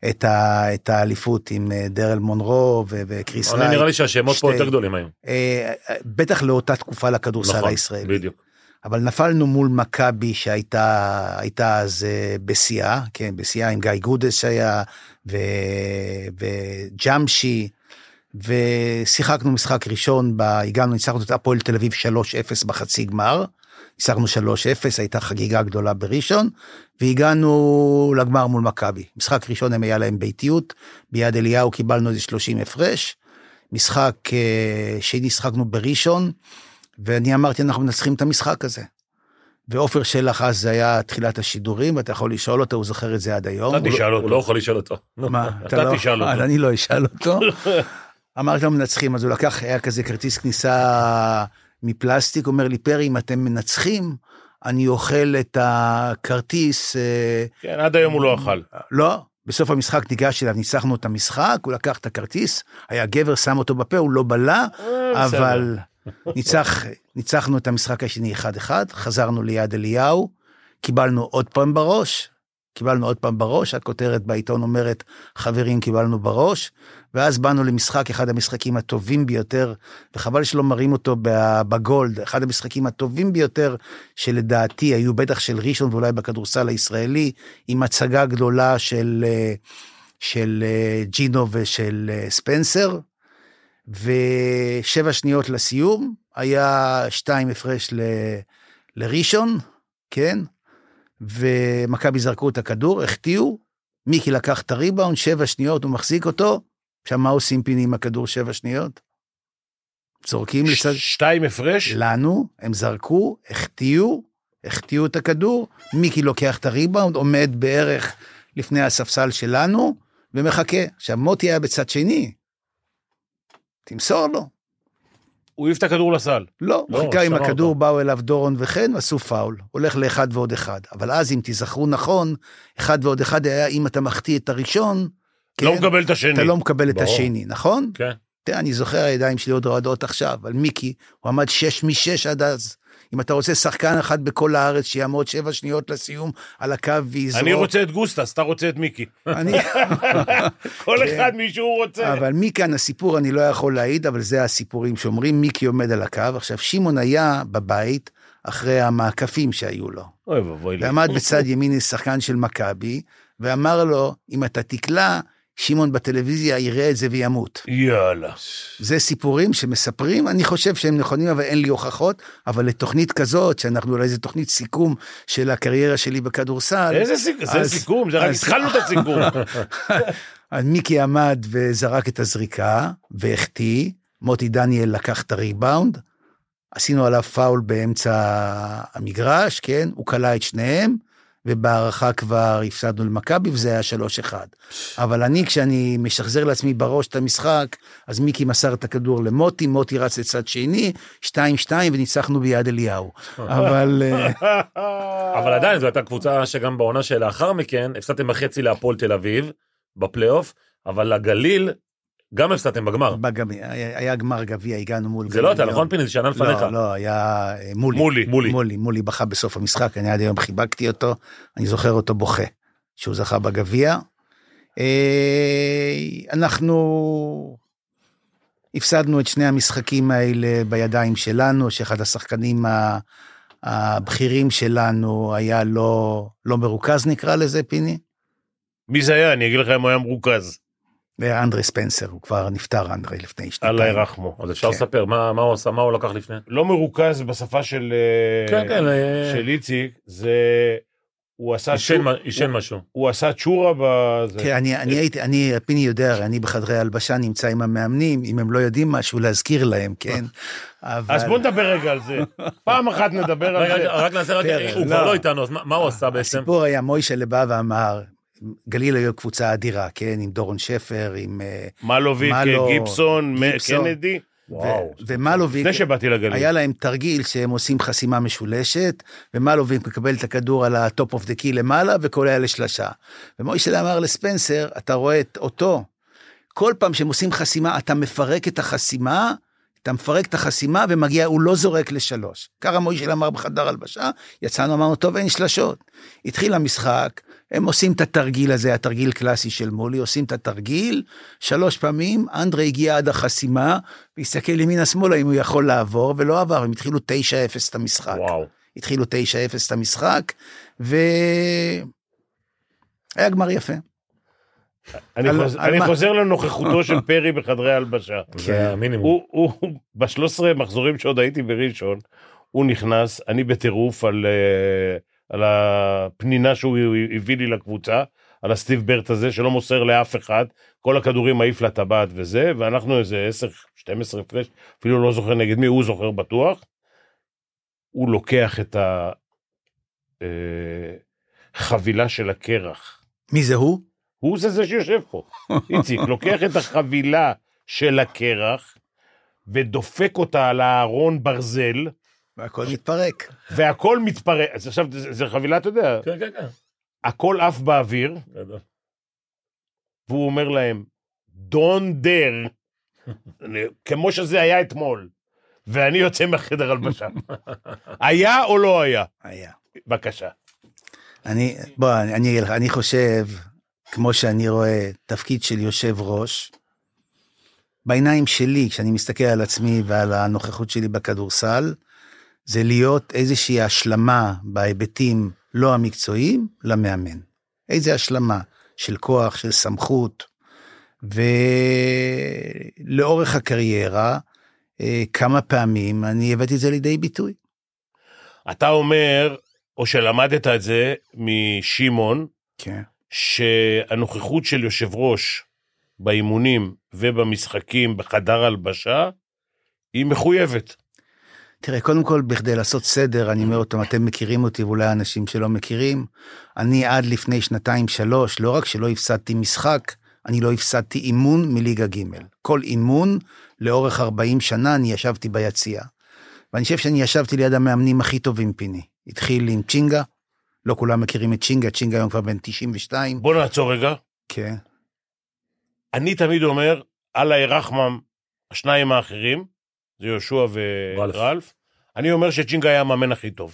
את, ה, את האליפות עם דרל מונרו ו- וקריס רייט. נראה לי שהשמות שתי, פה יותר גדולים היום. בטח לאותה תקופה לכדורסל נכון, הישראלי. בדיוק. אבל נפלנו מול מכבי שהייתה הייתה אז בשיאה, כן, בשיאה עם גיא גודס שהיה, ו, וג'אמשי, ושיחקנו משחק ראשון, הגענו, ניצחנו את הפועל תל אביב שלוש אפס בחצי גמר, ניצחנו שלוש אפס, הייתה חגיגה גדולה בראשון, והגענו לגמר מול מכבי. משחק ראשון הם היה להם ביתיות, ביד אליהו קיבלנו איזה שלושים הפרש, משחק שני שחקנו בראשון, ואני אמרתי, אנחנו מנצחים את המשחק הזה. ואופר שלח אז זה היה תחילת השידורים, ואתה יכול לשאול אותו, הוא זוכר את זה עד היום. אתה תשאל אותו. הוא לא יכול לשאול אותו. מה? אתה תשאל אותו. אני לא אשאל אותו. אמרתי לו מנצחים, אז הוא לקח, היה כזה כרטיס כניסה מפלסטיק, אומר לי, פרי, אם אתם מנצחים, אני אוכל את הכרטיס. כן, עד היום הוא לא אכל. לא, בסוף המשחק ניגש אליו, ניצחנו את המשחק, הוא לקח את הכרטיס, היה גבר, שם אותו בפה, הוא לא בלע, אבל ניצח, ניצחנו את המשחק השני אחד אחד, חזרנו ליד אליהו, קיבלנו עוד פעם בראש, קיבלנו עוד פעם בראש, הכותרת בעיתון אומרת, חברים קיבלנו בראש, ואז באנו למשחק, אחד המשחקים הטובים ביותר, וחבל שלא מראים אותו בגולד, אחד המשחקים הטובים ביותר, שלדעתי היו בטח של ראשון, ואולי בכדורסל הישראלי, עם הצגה גדולה של, של ג'ינו ושל ספנסר, ושבע שניות לסיום, היה שתיים הפרש ל, לראשון, כן? ומכבי זרקו את הכדור, החטיאו, מיקי לקח את הריבאונד, שבע שניות, הוא מחזיק אותו, עכשיו מה עושים פיני עם הכדור שבע שניות? זורקים ש- לצד... שתיים הפרש? לנו, הם זרקו, החטיאו, החטיאו את הכדור, מיקי לוקח את הריבאונד, עומד בערך לפני הספסל שלנו, ומחכה. עכשיו מוטי היה בצד שני, תמסור לו. הוא העיף את הכדור לסל. לא, לא, הוא חיכה עם שמע הכדור, אותו. באו אליו דורון וכן, ועשו פאול. הולך לאחד ועוד אחד. אבל אז אם תזכרו נכון, אחד ועוד אחד היה, אם אתה מחטיא את הראשון, לא כן, מקבל את השני. אתה לא מקבל את ברור. השני, נכון? כן. תראה, אני זוכר הידיים שלי עוד רועדות עכשיו, אבל מיקי, הוא עמד שש משש עד אז. אם אתה רוצה שחקן אחד בכל הארץ, שיעמוד שבע שניות לסיום על הקו ויזרוק. אני רוצה את גוסטס, אתה רוצה את מיקי. אני... כל אחד מישהו רוצה. אבל מכאן הסיפור אני לא יכול להעיד, אבל זה הסיפורים שאומרים, מיקי עומד על הקו. עכשיו, שמעון היה בבית אחרי המעקפים שהיו לו. אוי ובוי לי. ועמד בצד ימין שחקן של מכבי, ואמר לו, אם אתה תקלע, שמעון בטלוויזיה יראה את זה וימות. יאללה. זה סיפורים שמספרים, אני חושב שהם נכונים, אבל אין לי הוכחות, אבל לתוכנית כזאת, שאנחנו אולי איזה תוכנית סיכום של הקריירה שלי בכדורסל. איזה סיכום? זה סיכום, זה רק התחלנו את הסיכום. אז מיקי עמד וזרק את הזריקה, והחטיא, מוטי דניאל לקח את הריבאונד, עשינו עליו פאול באמצע המגרש, כן, הוא קלע את שניהם, ובהערכה כבר הפסדנו למכבי, וזה היה שלוש אחד. אבל אני, כשאני משחזר לעצמי בראש את המשחק, אז מיקי מסר את הכדור למוטי, מוטי רץ לצד שני, שתיים שתיים, וניצחנו ביד אליהו. אבל... אבל עדיין, זו הייתה קבוצה שגם בעונה שלאחר מכן, הפסדתם בחצי להפועל תל אביב, בפלייאוף, אבל לגליל, גם הפסדתם בגמר. היה גמר גביע, הגענו מול גליל. זה לא אתה, נכון פיני? זה שנה לפניך. לא, לא, היה מולי. מולי. מולי. מולי, מולי בכה בסוף המשחק, אני עד היום חיבקתי אותו, אני זוכר אותו בוכה, שהוא זכה בגביע. אנחנו הפסדנו את שני המשחקים האלה בידיים שלנו, שאחד השחקנים הבכירים שלנו היה לא, לא מרוכז נקרא לזה, פיני? מי זה היה? אני אגיד לך אם הוא היה מרוכז. אנדרי ספנסר, הוא כבר נפטר אנדרי לפני שנתיים. אללה ירחמו. אז אפשר לספר, מה, מה הוא עשה, מה הוא לקח לפני? לא מרוכז בשפה של כן, כן, של איציק, זה... הוא עשה... אישן משהו. הוא עשה צ'ורה בזה. כן, אני, אני הייתי, אני, פיני יודע, אני בחדרי הלבשה נמצא עם המאמנים, אם הם לא יודעים משהו, להזכיר להם, כן? אבל... אז בוא נדבר רגע על זה. פעם אחת נדבר על זה. רק נעשה, רק, הוא כבר לא איתנו, אז מה הוא עשה בעצם? הסיפור היה, מוישה לבא ואמר, גליל היו קבוצה אדירה, כן? עם דורון שפר, עם... מלוביק, גיבסון, קנדי. ומלוביק, לפני שבאתי לגליל. היה להם תרגיל שהם עושים חסימה משולשת, ומלוביק מקבל את הכדור על הטופ אוף דה קי למעלה, וקולע לשלשה. ומוישה אמר לספנסר, אתה רואה אותו, כל פעם שהם עושים חסימה, אתה מפרק את החסימה, אתה מפרק את החסימה ומגיע, הוא לא זורק לשלוש. ככה מוישל אמר בחדר הלבשה, יצאנו, אמרנו, טוב, אין שלשות. התחיל המשחק, הם עושים את התרגיל הזה, התרגיל קלאסי של מולי, עושים את התרגיל, שלוש פעמים, אנדרי הגיע עד החסימה, והסתכל ימינה שמאלה אם הוא יכול לעבור, ולא עבר, הם התחילו תשע אפס את המשחק. וואו. התחילו תשע אפס את המשחק, והיה גמר יפה. אני, על, חוז... על אני מה? חוזר לנוכחותו של פרי בחדרי הלבשה. זה המינימום. הוא, הוא, ב-שלושה עשר מחזורים שעוד הייתי בראשון, הוא נכנס, אני בטירוף על, על הפנינה שהוא הביא לי לקבוצה, על הסטיב ברט הזה, שלא מוסר לאף אחד, כל הכדורים מעיף לטבעת וזה, ואנחנו איזה עשר שתים עשרה הפרש, אפילו לא זוכר נגד מי, הוא זוכר בטוח, הוא לוקח את החבילה של הקרח. מי זה הוא? הוא זה זה שיושב פה. איציק, לוקח את החבילה של הקרח, ודופק אותה על הארון ברזל, והכל מתפרק. והכל מתפרק. אז עכשיו, זה, זה חבילה, אתה יודע, כן, כן, כן. הכל עף באוויר, והוא אומר להם, Don't dare, כמו שזה היה אתמול, ואני יוצא מהחדר הלבשה. היה או לא היה? היה. בבקשה. אני, בוא, אני, אני חושב, כמו שאני רואה, תפקיד של יושב ראש, בעיניים שלי, כשאני מסתכל על עצמי ועל הנוכחות שלי בכדורסל, זה להיות איזושהי השלמה בהיבטים לא המקצועיים למאמן. איזו השלמה של כוח, של סמכות, ולאורך הקריירה, כמה פעמים אני הבאתי את זה לידי ביטוי. אתה אומר, או שלמדת את זה משימון, כן. שהנוכחות של יושב ראש באימונים ובמשחקים בחדר הלבשה, היא מחויבת. תראה, קודם כל, בכדי לעשות סדר, אני אומר אותם, אתם מכירים אותי, ואולי אנשים שלא מכירים, אני עד לפני שנתיים שלוש, לא רק שלא הפסדתי משחק, אני לא הפסדתי אימון מליגה ג'. כל אימון, לאורך ארבעים שנה, אני ישבתי ביציאה. ואני חושב שאני ישבתי ליד המאמנים הכי טובים פיני. התחיל עם צ'ינגה, לא כולם מכירים את צ'ינגה, צ'ינגה היום כבר בן תשעים ושתיים. בוא נעצור רגע. כן. אני תמיד אומר, אללה ירחמם, השניים האחרים, זה יהושע ורלף, אני אומר שצ'ינגה היה המאמן הכי טוב.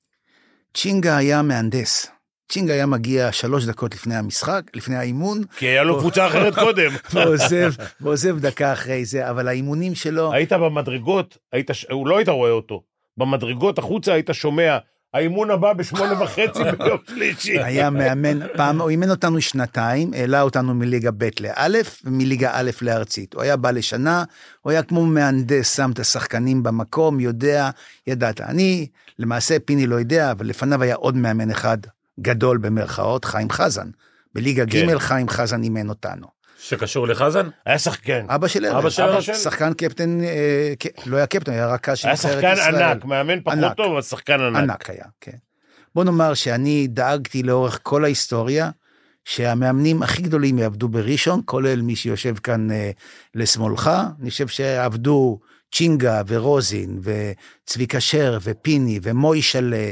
צ'ינגה היה מהנדס. צ'ינגה היה מגיע שלוש דקות לפני המשחק, לפני האימון. כי היה לו קבוצה אחרת קודם. ועוזב, ועוזב דקה אחרי זה, אבל האימונים שלו... היית במדרגות, היית, הוא לא היית רואה אותו. במדרגות החוצה היית שומע, האימון הבא בשמונה וחצי ביום שלישי. היה מאמן, פעם, הוא אימן אותנו שנתיים, העלה אותנו מליגה ב' לאלף, ומליגה א' לארצית. הוא היה בא לשנה, הוא היה כמו מהנדס, שם את השחקנים במקום, יודע, ידעת. אני, למעשה פיני לא יודע, אבל לפניו היה עוד מאמן אחד, גדול במרכאות, חיים חזן. בליגה כן. ג' חיים חזן אימן אותנו. שקשור לחזן? היה שחקן. אבא של אבא של אבא של? שחקן קפטן, אה, ק... לא היה קפטן, היה רכז של היה נבחרת שחקן ישראל. ענק, מאמן פחות ענק. טוב, אבל שחקן ענק. ענק היה, כן. בוא נאמר שאני דאגתי לאורך כל ההיסטוריה, שהמאמנים הכי גדולים יעבדו בראשון, כולל מי שיושב כאן אה, לשמאלך, אני חושב שעבדו צ'ינגה ורוזין, וצביקה שר, ופיני, ומוישלה,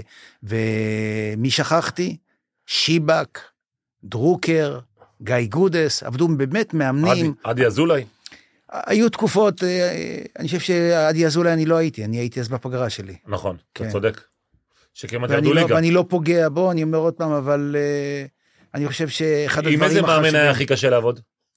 ומי שכחתי? שיבק, דרוקר, גיא גודס, עבדו באמת מאמנים. עדי אזולאי. היו תקופות, אני חושב שעדי אזולאי אני לא הייתי, אני הייתי אז בפגרה שלי. נכון, כן. אתה צודק. שכמעט ואני ירדו לא, ליגה. ואני לא פוגע בו, אני אומר עוד פעם, אבל uh, אני חושב שאחד הדברים עם איזה מאמן היה הכי קשה לעבוד?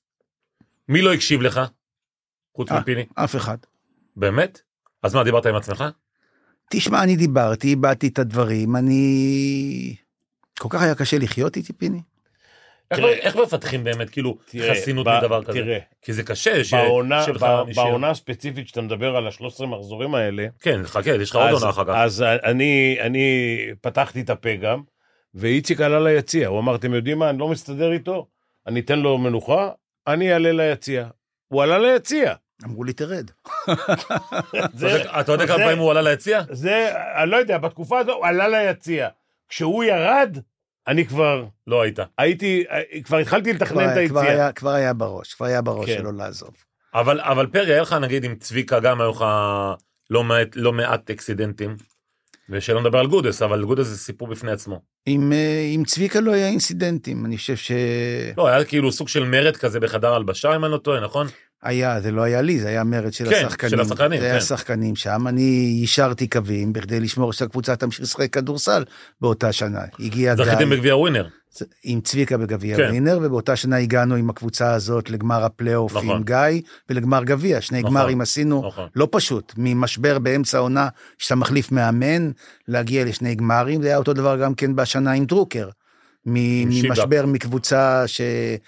מי לא הקשיב לך? חוץ אה, מפיני? אף אחד. באמת? אז מה, דיברת עם עצמך? תשמע, אני דיברתי, איבדתי את הדברים, אני... כל כך היה קשה לחיות איתי, פיני. איך, תראה, איך מפתחים באמת, כאילו, תראה, חסינות ב- מדבר כזה? תראה, כי זה קשה, ש... בעונה, שבך ב- נשאר. בעונה הספציפית שאתה מדבר על ה-שלושה עשר מחזורים האלה, כן, חכה, יש לך עוד אז, עונה אחר כך. אז אני, אני פתחתי את הפה גם, ואיציק עלה ליציע, הוא אמר, אתם יודעים מה, אני לא מסתדר איתו, אני אתן לו מנוחה, אני אעלה ליציע. הוא עלה ליציע. אמרו לי, תרד. זה, אתה יודע כמה זה- פעמים הוא עלה ליציע? זה, אני לא יודע, בתקופה הזו הוא עלה ליציע. כשהוא ירד, אני כבר לא היית. הייתי, כבר התחלתי כבר, לתכנן את כבר, היציע. היה, כבר היה בראש, כבר היה בראש כן. שלו לעזוב. אבל, אבל פרי, היה לך נגיד עם צביקה גם היו לך לא מעט, לא מעט אקסידנטים, ושלא נדבר על גודס, אבל גודס זה סיפור בפני עצמו. עם, אה, עם צביקה לא היה אינסידנטים, אני חושב ש... לא, היה כאילו סוג של מרד כזה בחדר הלבשה, אם אני לא טועה, נכון? היה, זה לא היה לי, זה היה מרד של כן, השחקנים. של השחקנים, זה כן. היה שחקנים שם, אני יישרתי קווים, בכדי לשמור שהקבוצה תמשיך לשחק כדורסל באותה שנה. הגיע זכיתם בגביע ווינר. עם צביקה בגביע כן. ווינר, ובאותה שנה הגענו עם הקבוצה הזאת לגמר הפלייאוף נכון. עם גיא, ולגמר גביע. שני נכון. גמרים עשינו, נכון. לא פשוט, ממשבר באמצע העונה, שאתה מחליף מאמן, להגיע לשני גמרים, זה היה אותו דבר גם כן בשנה עם דרוקר. ממשבר מקבוצה ש...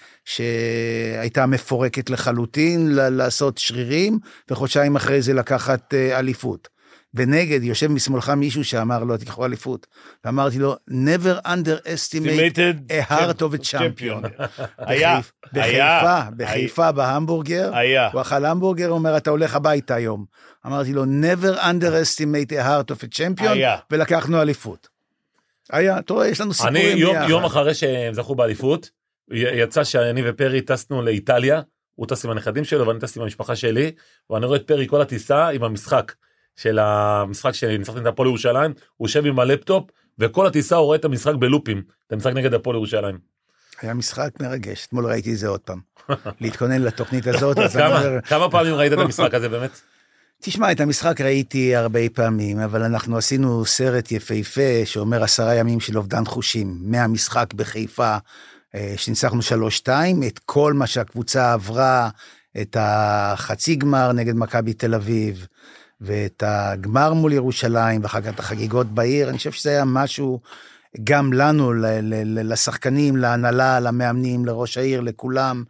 שהייתה מפורקת לחלוטין, ל... לעשות שרירים, וחודשיים אחרי זה לקחת אליפות. ונגד, יושב משמאלך מישהו שאמר לו, תיקחו אליפות. ואמרתי לו, never underestimate a heart of a champion. היה, בחיפה, בחיפה, בהמבורגר, היה. הוא אכל המבורגר, אומר, אתה הולך הביתה היום. אמרתי לו, never underestimate a heart of a champion, ולקחנו אליפות. היה, תראה, יש לנו סיפורים אני יום, ביחד. יום אחרי שהם זכו באליפות, יצא שאני ופרי טסנו לאיטליה, הוא טס עם הנכדים שלו, ואני טס עם המשפחה שלי, ואני רואה את פרי כל הטיסה עם המשחק, של המשחק שניצחתי את הפועל ירושלים, הוא יושב עם הלפטופ, וכל הטיסה הוא רואה את המשחק בלופים, את המשחק נגד הפועל ירושלים. היה משחק מרגש, אתמול ראיתי את זה עוד פעם. להתכונן לתוכנית הזאת. כמה, כמה פעמים ראית את המשחק הזה באמת? תשמע, את המשחק ראיתי הרבה פעמים, אבל אנחנו עשינו סרט יפהפה, שאומר עשרה ימים של אובדן חושים, מהמשחק בחיפה, שניצחנו שלוש שתיים, את כל מה שהקבוצה עברה, את החצי גמר נגד מכבי תל אביב, ואת הגמר מול ירושלים, ואחר כך את החגיגות בעיר, אני חושב שזה היה משהו, גם לנו, לשחקנים, להנהלה, למאמנים, לראש העיר, לכולם,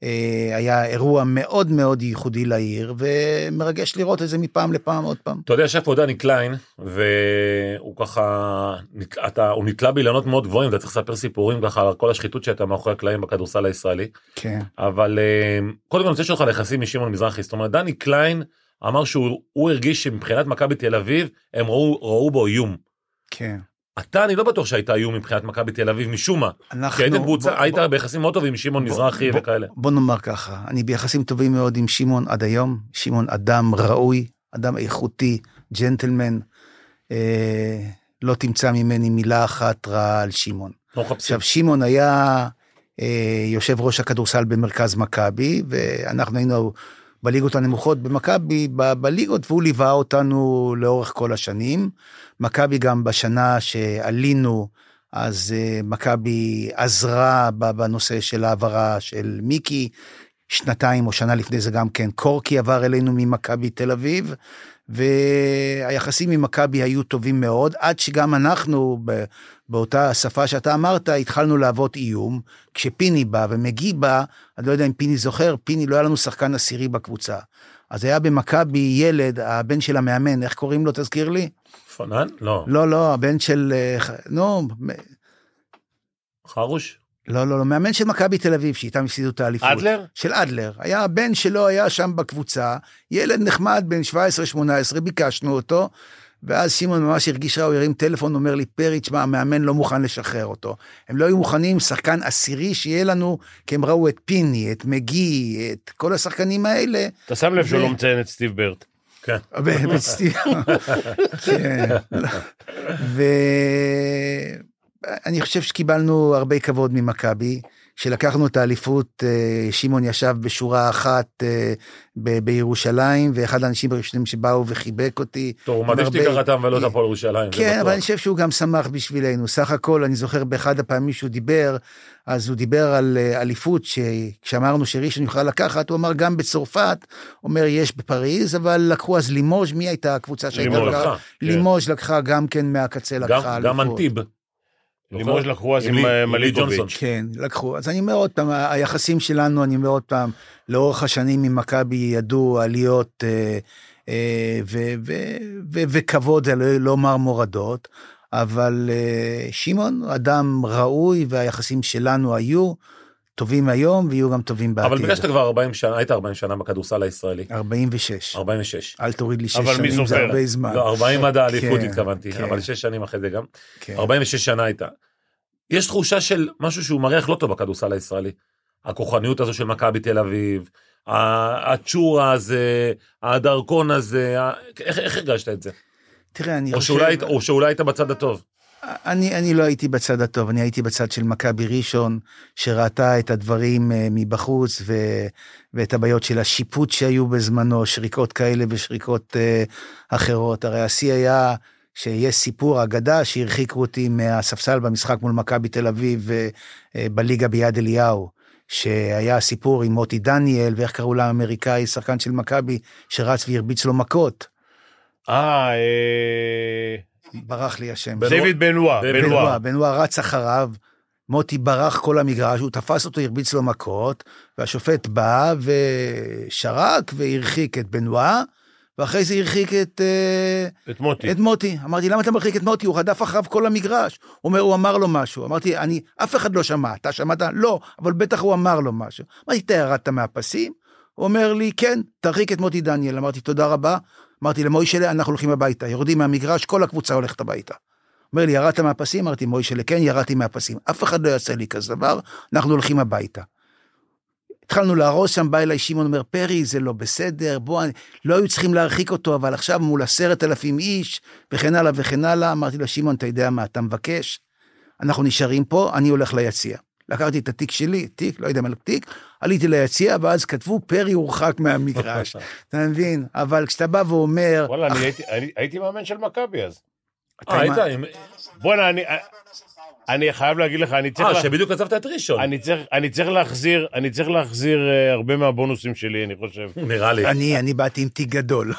היה אירוע מאוד מאוד ייחודי לעיר, ומרגש לראות את זה מפעם לפעם עוד פעם. אתה יודע שאיפה דני קליין, והוא ככה, אתה, הוא נתלה באילנות מאוד גבוהים, אתה צריך לספר סיפורים ככה על כל השחיתות שהייתה מאחורי הקלעים בכדורסל הישראלי. כן. אבל קודם כל אני רוצה שלך ליחסים משמעון מזרחי, זאת אומרת, דני קליין אמר שהוא הרגיש שמבחינת מכבי תל אביב, הם ראו, ראו בו איום. כן. אתה, אני לא בטוח שהיית איום מבחינת מכבי תל אביב, משום מה. אנחנו... כי היית קבוצה, היית ביחסים מאוד טובים עם שמעון מזרחי בוא, וכאלה. בוא נאמר ככה, אני ביחסים טובים מאוד עם שמעון עד היום, שמעון אדם ראוי, אדם איכותי, ג'נטלמן, אה, לא תמצא ממני מילה אחת רעה על שמעון. לא עכשיו, שמעון היה אה, יושב ראש הכדורסל במרכז מכבי, ואנחנו היינו בליגות הנמוכות במכבי, ב- בליגות, והוא ליווה אותנו לאורך כל השנים. מכבי גם בשנה שעלינו, אז uh, מכבי עזרה בנושא של העברה של מיקי, שנתיים או שנה לפני זה גם כן, קורקי עבר אלינו ממכבי תל אביב, והיחסים עם מכבי היו טובים מאוד, עד שגם אנחנו, באותה שפה שאתה אמרת, התחלנו לעבוד איום, כשפיני בא ומגי בא, אני לא יודע אם פיני זוכר, פיני לא היה לנו שחקן עשירי בקבוצה, אז היה במכבי ילד, הבן של המאמן, איך קוראים לו, תזכיר לי? פנן? לא. לא, לא, הבן של, נו, חרוש? לא, לא, לא, מאמן של מכבי תל אביב, שאיתם הפסידו את האליפות. אדלר? של אדלר. היה הבן שלו, היה שם בקבוצה, ילד נחמד בן שבע עשרה שמונה עשרה, ביקשנו אותו, ואז שמעון ממש הרגיש רע, הוא הרים טלפון, אומר לי, פרי, תשמע, המאמן לא מוכן לשחרר אותו. הם לא היו מוכנים, שחקן עשירי שיהיה לנו, כי הם ראו את פיני, את מגי, את כל השחקנים האלה. אתה שם לב שהוא לא מציין את סטיב ברט. כן. וסטיב. כן. ואני חושב שקיבלנו הרבה כבוד ממכבי, כשלקחנו את האליפות, שמעון ישב בשורה אחת ב- בירושלים, ואחד האנשים הראשונים שבאו וחיבק אותי. טוב, הוא מדהים שתיקח אותם ולא את הפועל ירושלים. כן, אבל אני חושב שהוא גם שמח בשבילנו. סך הכל, אני זוכר באחד הפעמים שהוא דיבר, אז הוא דיבר על אליפות, שכשאמרנו שראשון יוכל לקחת, הוא אמר גם בצרפת, אומר יש בפריז, אבל לקחו אז לימוז', מי הייתה הקבוצה שהייתה? לימוז' לקחה. לימוז' לקחה גם כן מהקצה לקחה אליפות. גם אנטיב. לימוז' לקחו אז עם מליגוביץ'. כן, לקחו. אז אני אומר עוד פעם, היחסים שלנו, אני אומר עוד פעם, לאורך השנים עם מכבי ידעו עליות וכבוד, לא אומר מורדות, אבל שמעון, אדם ראוי, והיחסים שלנו היו טובים היום, ויהיו גם טובים בעתיד. אבל בגלל שאתה כבר ארבעים שנה, היית ארבעים שנה בכדורסל הישראלי. ארבעים ושש. ארבעים ושש. אל תוריד לי שש שנים, זה הרבה זמן. לא, ארבעים עד האליפות התכוונתי, אבל שש שנים אחרי זה גם. ארבעים ושש שנה הייתה. יש תחושה של משהו שהוא מריח לא טוב בכדורסל הישראלי. הכוחניות הזו של מכבי תל אביב, הצ'ורה הזה, הדרכון הזה, איך הרגשת את זה? תראה, אני חושב... או שאולי היית בצד הטוב. אני, אני לא הייתי בצד הטוב, אני הייתי בצד של מכבי ראשון, שראתה את הדברים מבחוץ, ו, ואת הבעיות של השיפוט שהיו בזמנו, שריקות כאלה ושריקות uh, אחרות. הרי השיא היה שיש סיפור, אגדה, שהרחיקו אותי מהספסל במשחק מול מכבי תל אביב, uh, בליגה ביד אליהו, שהיה סיפור עם מוטי דניאל, ואיך קראו לה אמריקאי, שחקן של מכבי, שרץ והרביץ לו מכות. אה, ברח לי השם. דיוויד בנואה. בנואה, בנואה רץ אחריו, מוטי ברח כל המגרש, הוא תפס אותו, הרביץ לו מכות, והשופט בא ושרק והרחיק את בנואה, ואחרי זה הרחיק את... את מוטי. את מוטי. אמרתי, למה אתה מרחיק את מוטי? הוא רדף אחריו כל המגרש. הוא אומר, הוא אמר לו משהו. אמרתי, אני, אף אחד לא שמע. אתה שמעת? לא, אבל בטח הוא אמר לו משהו. אמרתי, אתה ירדת מהפסים? הוא אומר לי, כן, תרחיק את מוטי דניאל. אמרתי, תודה רבה. אמרתי, למוישלה, אנחנו הולכים הביתה. יורדים מהמגרש, כל הקבוצה הולכת הביתה. אומר לי, ירדת מהפסים? אמרתי, מוישלה, כן, ירדתי מהפסים. אף אחד לא יעשה לי כזה דבר, אנחנו הולכים הביתה. התחלנו להרוס שם, בא אליי שמעון, אומר, פרי, זה לא בסדר, בוא, לא היו צריכים להרחיק אותו, אבל עכשיו מול עשרת אלפים איש, וכן הלאה וכן הלאה. אמרתי לו, שמעון, אתה יודע מה, אתה מבקש? אנחנו נשארים פה, אני הולך ליציע. לקחתי את התיק שלי, תיק, לא יודע מה תיק, עליתי ליציע, ואז כתבו, פרי הורחק מהמגרש. אתה מבין? אבל כשאתה בא ואומר... וואלה, אני הייתי, אני, הייתי מאמן של מכבי אז. אה, היית? בוא'נה, אני... אני חייב להגיד לך, אני צריך... אה, שבדיוק כתבת את ראשון. אני צריך, אני צריך להחזיר, אני צריך להחזיר uh, הרבה מהבונוסים שלי, אני חושב. נראה לי. אני, אני באתי עם תיק גדול.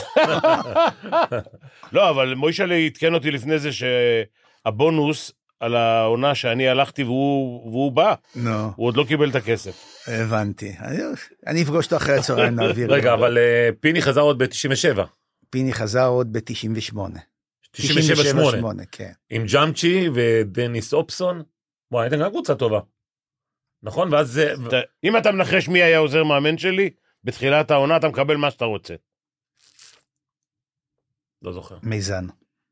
לא, אבל מוישלה התקן אותי לפני זה שהבונוס על העונה שאני הלכתי והוא, והוא בא. נו. הוא עוד לא קיבל את הכסף. הבנתי. אני, אני אפגוש אותו אחרי הצהריים להעביר. רגע, אבל uh, פיני חזר עוד ב-תשעים ושבע. פיני חזר עוד ב-תשעים ושמונה. תשעים ושבע שמונה, כן. עם ג'אמצ'י ודניס אופסון, וואי, הייתה גם קבוצה טובה. נכון? ואז זה... אם אתה מנחש מי היה עוזר מאמן שלי, בתחילת העונה אתה מקבל מה שאתה רוצה. לא זוכר. מיזן.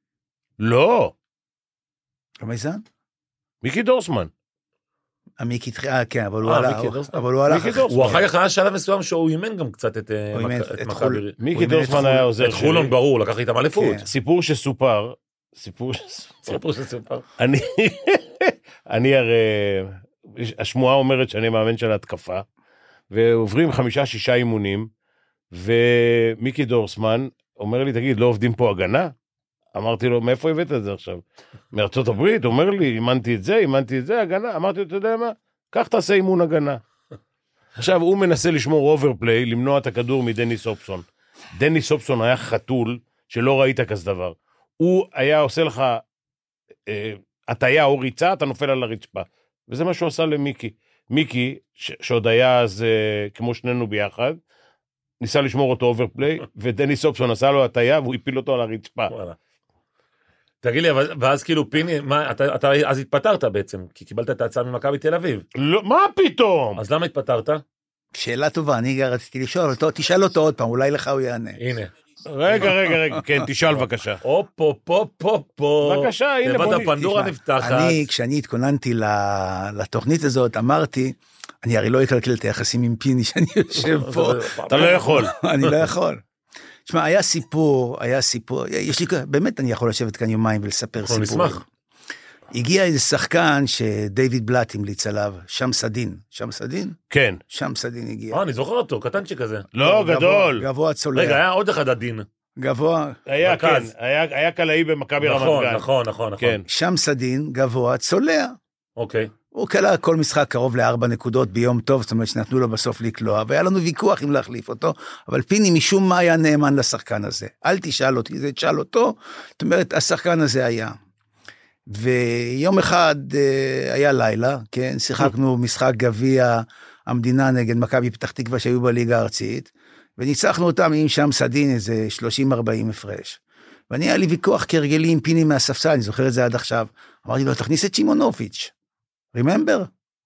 לא. לא מיזן? מיקי דורסמן. המיקי, כן, אבל הוא הלך. אבל הוא הלך. הוא אחר כך היה שלב מסוים שהוא אימן גם קצת את מכבי. מיקי דורסמן היה עוזר שלי. את חולון ברור, לקח איתם אליפות. סיפור שסופר, סיפור שסופר. אני הרי, השמועה אומרת שאני מאמן של התקפה, ועוברים חמישה, שישה אימונים, ומיקי דורסמן אומר לי, תגיד, לא עובדים פה הגנה? אמרתי לו, מאיפה הבאת את זה עכשיו? מארצות הברית, הוא אומר לי, אימנתי את זה, אימנתי את זה, הגנה. אמרתי לו, אתה יודע מה? כך תעשה אימון הגנה. עכשיו, הוא מנסה לשמור אוברפליי, למנוע את הכדור מדניס אופסון. דניס אופסון היה חתול, שלא ראית כזה דבר. הוא היה עושה לך, אה, הטיה או ריצה, אתה נופל על הרצפה. וזה מה שהוא עשה למיקי. מיקי, ש- שעוד היה אז, אה, כמו שנינו ביחד, ניסה לשמור אותו אוברפליי, ודניס אופסון עשה לו הטיה, והוא הפיל אותו על הרצפה. וואלה. תגיד לי, ואז כאילו פיני, מה, אתה, אתה אז התפטרת בעצם, כי קיבלת את ההצעה ממכבי תל אביב. לא, מה פתאום? אז למה התפטרת? שאלה טובה, אני רציתי לשאול אותו, תשאל אותו עוד פעם, אולי לך הוא יענה. הנה. רגע, רגע, רגע, כן, תשאל בבקשה. הופ, הופ, הופ, הופ. בבקשה, הנה בוא נפתח. הפנדורה נפתחת. אני, כשאני התכוננתי לתוכנית הזאת, אמרתי, אני הרי לא אקלקל את היחסים עם פיני שאני יושב פה. אתה לא יכול. אני לא יכול. תשמע, היה סיפור, היה סיפור, יש לי, באמת אני יכול לשבת כאן יומיים ולספר סיפורים. נשמח. הגיע איזה שחקן שדייוויד בלאט המליץ עליו, שם סדין. שם סדין? כן. שם סדין הגיע. אה, אני זוכר אותו, קטנצ'י כזה. לא, גדול. גבוה צולע. רגע, היה עוד אחד עדין. גבוה. היה, כן, היה קלעי במכבי רמת גן. נכון, נכון, נכון. שם סדין, גבוה צולע. אוקיי. הוא קלע כל משחק קרוב לארבע נקודות ביום טוב, זאת אומרת שנתנו לו בסוף לקלוע, והיה לנו ויכוח אם להחליף אותו, אבל פיני משום מה היה נאמן לשחקן הזה. אל תשאל אותי, זה תשאל אותו, זאת אומרת, השחקן הזה היה. ויום אחד היה לילה, כן, שיחקנו משחק גביע המדינה נגד מכבי פתח תקווה שהיו בליגה הארצית, וניצחנו אותם עם שם סדין איזה שלושים ארבעים הפרש. ואני היה לי ויכוח כרגלי עם פיני מהספסל, אני זוכר את זה עד עכשיו, אמרתי לו, תכניס את שימונוביץ'. ריממבר?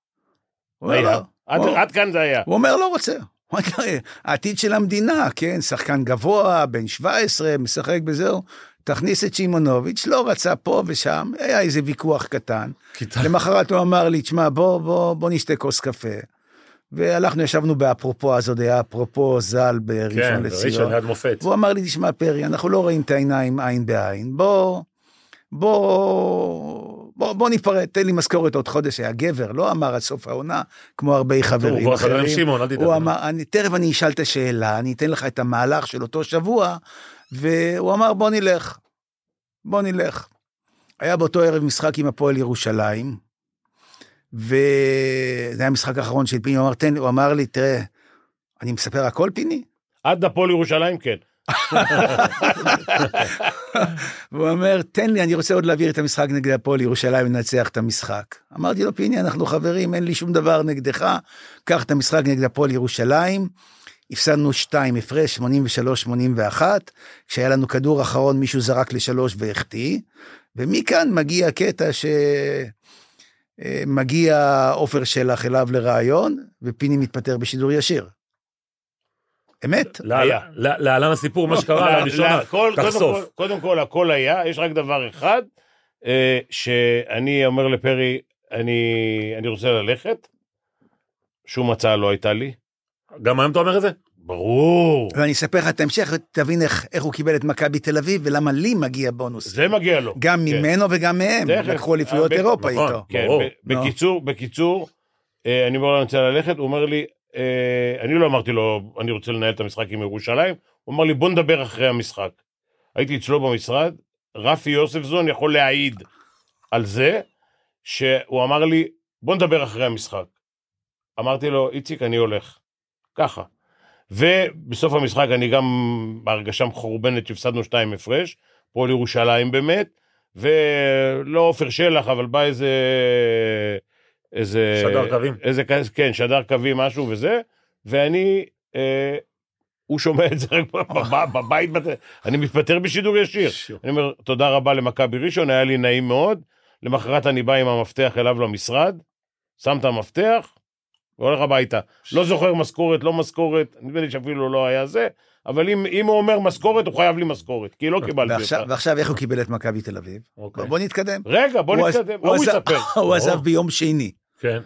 עד כאן זה היה. הוא אומר, לא רוצה. העתיד של המדינה, כן, שחקן גבוה, בן שבע עשרה, משחק בזהו, תכניס את שימונוביץ', לא רצה פה ושם, היה איזה ויכוח קטן. למחרת הוא אמר לי, תשמע, בוא, בוא, בוא נשתה כוס קפה. והלכנו, ישבנו באפרופו, אז עוד היה אפרופו ז"ל בראשון לציון. כן, ראשון, יד מופת. והוא אמר לי, תשמע פרי, אנחנו לא רואים את העיניים עין בעין, בוא... בוא, בוא, בוא נפרד, תן לי משכורת עוד חודש, היה גבר, לא אמר עד סוף העונה, כמו הרבה חברים אחרים. שמעון, אל תדע. הוא אמר, אני, תכף אני אשאל את השאלה, אני אתן לך את המהלך של אותו שבוע, והוא אמר, בוא נלך, בוא נלך. היה באותו ערב משחק עם הפועל ירושלים, וזה היה המשחק האחרון של פיני, הוא אמר, תן, הוא אמר לי, תראה, אני מספר הכל פיני? עד הפועל ירושלים, כן. והוא אומר, תן לי, אני רוצה עוד להעביר את המשחק נגד הפועל ירושלים, ונצח את המשחק. אמרתי לו, פיני, אנחנו חברים, אין לי שום דבר נגדך, קח את המשחק נגד הפועל ירושלים, הפסדנו שתיים הפרש, שמונים ושלוש שמונים ואחת, כשהיה לנו כדור אחרון, מישהו זרק לשלוש והחטיא, ומכאן מגיע קטע ש... מגיע אופר שלח אליו לרעיון, ופיני מתפטר בשידור ישיר. אמת? להלן הסיפור, מה שקרה לראשונה, תחשוף. קודם כל, הכל היה, יש רק דבר אחד, שאני אומר לפרי, אני רוצה ללכת, שום הצעה לא הייתה לי. גם היום אתה אומר את זה? ברור. ואני אספר לך את ההמשך, תבין איך, איך הוא קיבל את מכבי תל אביב, ולמה לי מגיע בונוס. זה מגיע לו. גם כן. ממנו וגם מהם, לקחו אליפויות אירופה נכון, איתו. כן, ב- בקיצור, בקיצור, אני אומר לו, אני רוצה ללכת, הוא אומר לי, אני לא אמרתי לו, אני רוצה לנהל את המשחק עם ירושלים, הוא אמר לי, בוא נדבר אחרי המשחק. הייתי אצלו במשרד, רפי יוספזון יכול להעיד על זה, שהוא אמר לי, בוא נדבר אחרי המשחק. אמרתי לו, איציק, אני הולך. ככה. ובסוף המשחק אני גם בהרגשה מחורבנת שהפסדנו שתיים הפרש, פה לירושלים באמת, ולא אופר שלח, אבל בא איזה... איזה... שדר קווים. איזה, כן, שדר קווים, משהו וזה, ואני... אה, הוא שומע את זה רק בבית, אני מתפטר בשידור ישיר. אני אומר, תודה רבה למכבי ראשון, היה לי נעים מאוד, למחרת אני בא עם המפתח אליו למשרד, שם את המפתח, והולך הביתה. לא זוכר משכורת, לא משכורת, נדמה לי שאפילו לא היה זה, אבל אם, אם הוא אומר משכורת, הוא חייב לי משכורת, כי לא קיבלתי ועכשיו, אותה. ועכשיו איך הוא קיבל את מכבי תל אביב? אוקיי. בוא נתקדם. רגע, בוא הוא נתקדם, הוא הוא עזב, יספר. הוא עזב ביום שני. כן.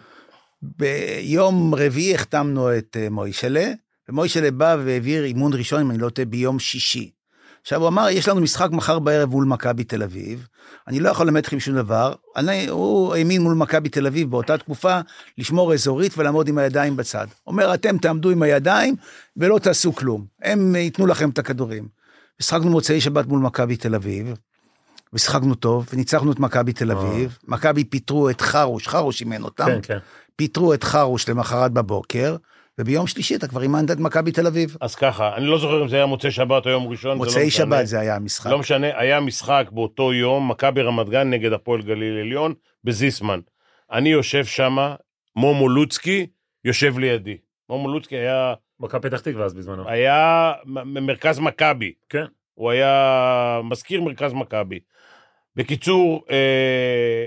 ביום רביעי החתמנו את מוישלה, ומוישלה בא והעביר אימון ראשון, אם אני לא טועה, ביום שישי. עכשיו הוא אמר, יש לנו משחק מחר בערב מול מכבי תל אביב, אני לא יכול ללמד לכם שום דבר, אני, הוא האמין מול מכבי תל אביב באותה תקופה, לשמור אזורית ולעמוד עם הידיים בצד. אומר, אתם תעמדו עם הידיים ולא תעשו כלום, הם ייתנו לכם את הכדורים. משחקנו מוצאי שבת מול מכבי תל אביב, ושחקנו טוב, וניצחנו את מכבי תל אביב, מכבי פיתרו את חרוש, חרוש אימן אותם, כן, כן. פיתרו את חרוש למחרת בבוקר, וביום שלישי אתה כבר אימנת את מכבי תל אביב. אז ככה, אני לא זוכר אם זה היה מוצאי שבת או יום ראשון. מוצאי לא שבת זה היה המשחק. לא משנה, היה משחק באותו יום, מכבי רמת גן נגד הפועל גליל עליון, בזיסמן. אני יושב שם, מומו לוצקי יושב לידי. מומו לוצקי היה... מכבי פתח תקווה אז בזמנו. היה מרכז מכבי. כן. הוא היה מזכיר מרכז מכבי. בקיצור, אה,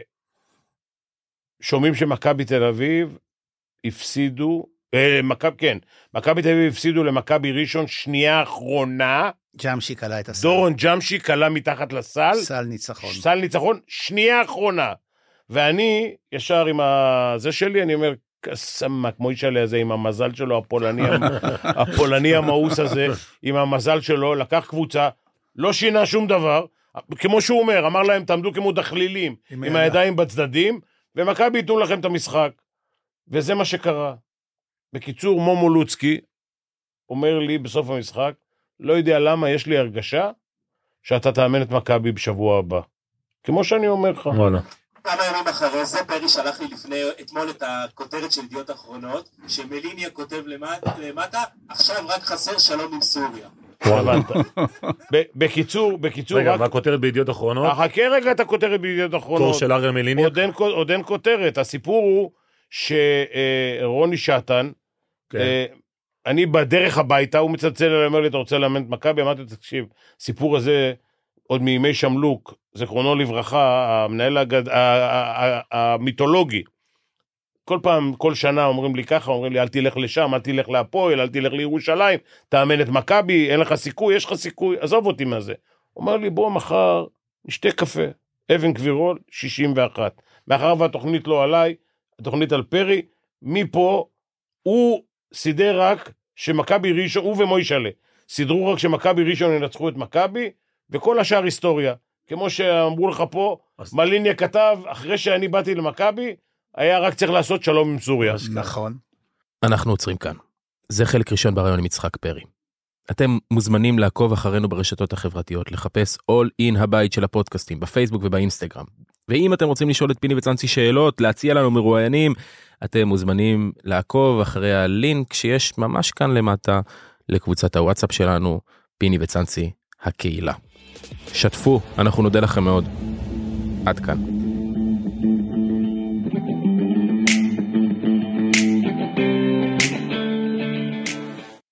שומעים שמכבי תל אביב הפסידו, מכבי, כן, מכבי תל אביב הפסידו למכבי ראשון שנייה אחרונה. ג'אמשי קלה את הסל. דורון ג'אמשי קלה מתחת לסל. סל ניצחון. סל ניצחון, שנייה אחרונה. ואני, ישר עם הזה שלי, אני אומר, סמק, כמו איש עליה הזה, עם המזל שלו, הפולני, הפולני המאוס הזה, עם המזל שלו, לקח קבוצה, לא שינה שום דבר, כמו שהוא אומר, אמר להם, תעמדו כמו דחלילים, עם, עם הידיים בצדדים, ומכבי ייתנו לכם את המשחק. וזה מה שקרה. בקיצור, מומו לוצקי אומר לי בסוף המשחק, לא יודע למה יש לי הרגשה שאתה תאמן את מכבי בשבוע הבא. כמו שאני אומר לך. וואלה. כמה ימים אחרי זה, פרי שלח לי לפני, אתמול את הכותרת של ידיעות אחרונות, שמליניה כותב למטה, עכשיו רק חסר שלום עם סוריה. בקיצור, בקיצור... רגע, והכותרת בידיעות אחרונות? חכה רגע את הכותרת בידיעות אחרונות. קור של אריה מליניה? עוד אין כותרת. הסיפור הוא שרוני שטן, אני בדרך הביתה, הוא מצלצל אליי, אומר לי, אתה רוצה לאמן את מכבי? אמרתי, תקשיב, סיפור הזה, עוד מימי שמלוק, זכרונו לברכה, המנהל המיתולוגי, כל פעם, כל שנה אומרים לי ככה, אומרים לי, אל תלך לשם, אל תלך להפועל, אל תלך לירושלים, תאמן את מכבי, אין לך סיכוי, יש לך סיכוי, עזוב אותי מה זה. הוא אומר לי, בוא מחר, נשתה קפה, אבן גבירול, שישים ואחת. מאחר והתוכנית לא עליי, התוכנית על פרי, מפה, הוא סידר רק שמכבי ראשון, הוא ומוישלה, סידרו רק שמכבי ראשון ינצחו את מכבי, וכל השאר היסטוריה. כמו שאמרו לך פה, מליניה כתב, אחרי שאני באתי למכבי, היה רק צריך לעשות שלום עם סוריה. נכון. אנחנו עוצרים כאן. זה חלק ראשון ברעיון עם יצחק פרי. אתם מוזמנים לעקוב אחרינו ברשתות החברתיות, לחפש All In הבית של הפודקאסטים, בפייסבוק ובאינסטגרם. ואם אתם רוצים לשאול את פיני וצאנצי שאלות, להציע לנו מרואיינים, אתם מוזמנים לעקוב אחרי הלינק שיש ממש כאן למטה, לקבוצת הוואטסאפ שלנו, פיני וצאנצי, הקהילה. שתפו, אנחנו נודה לכם מאוד. עד כאן.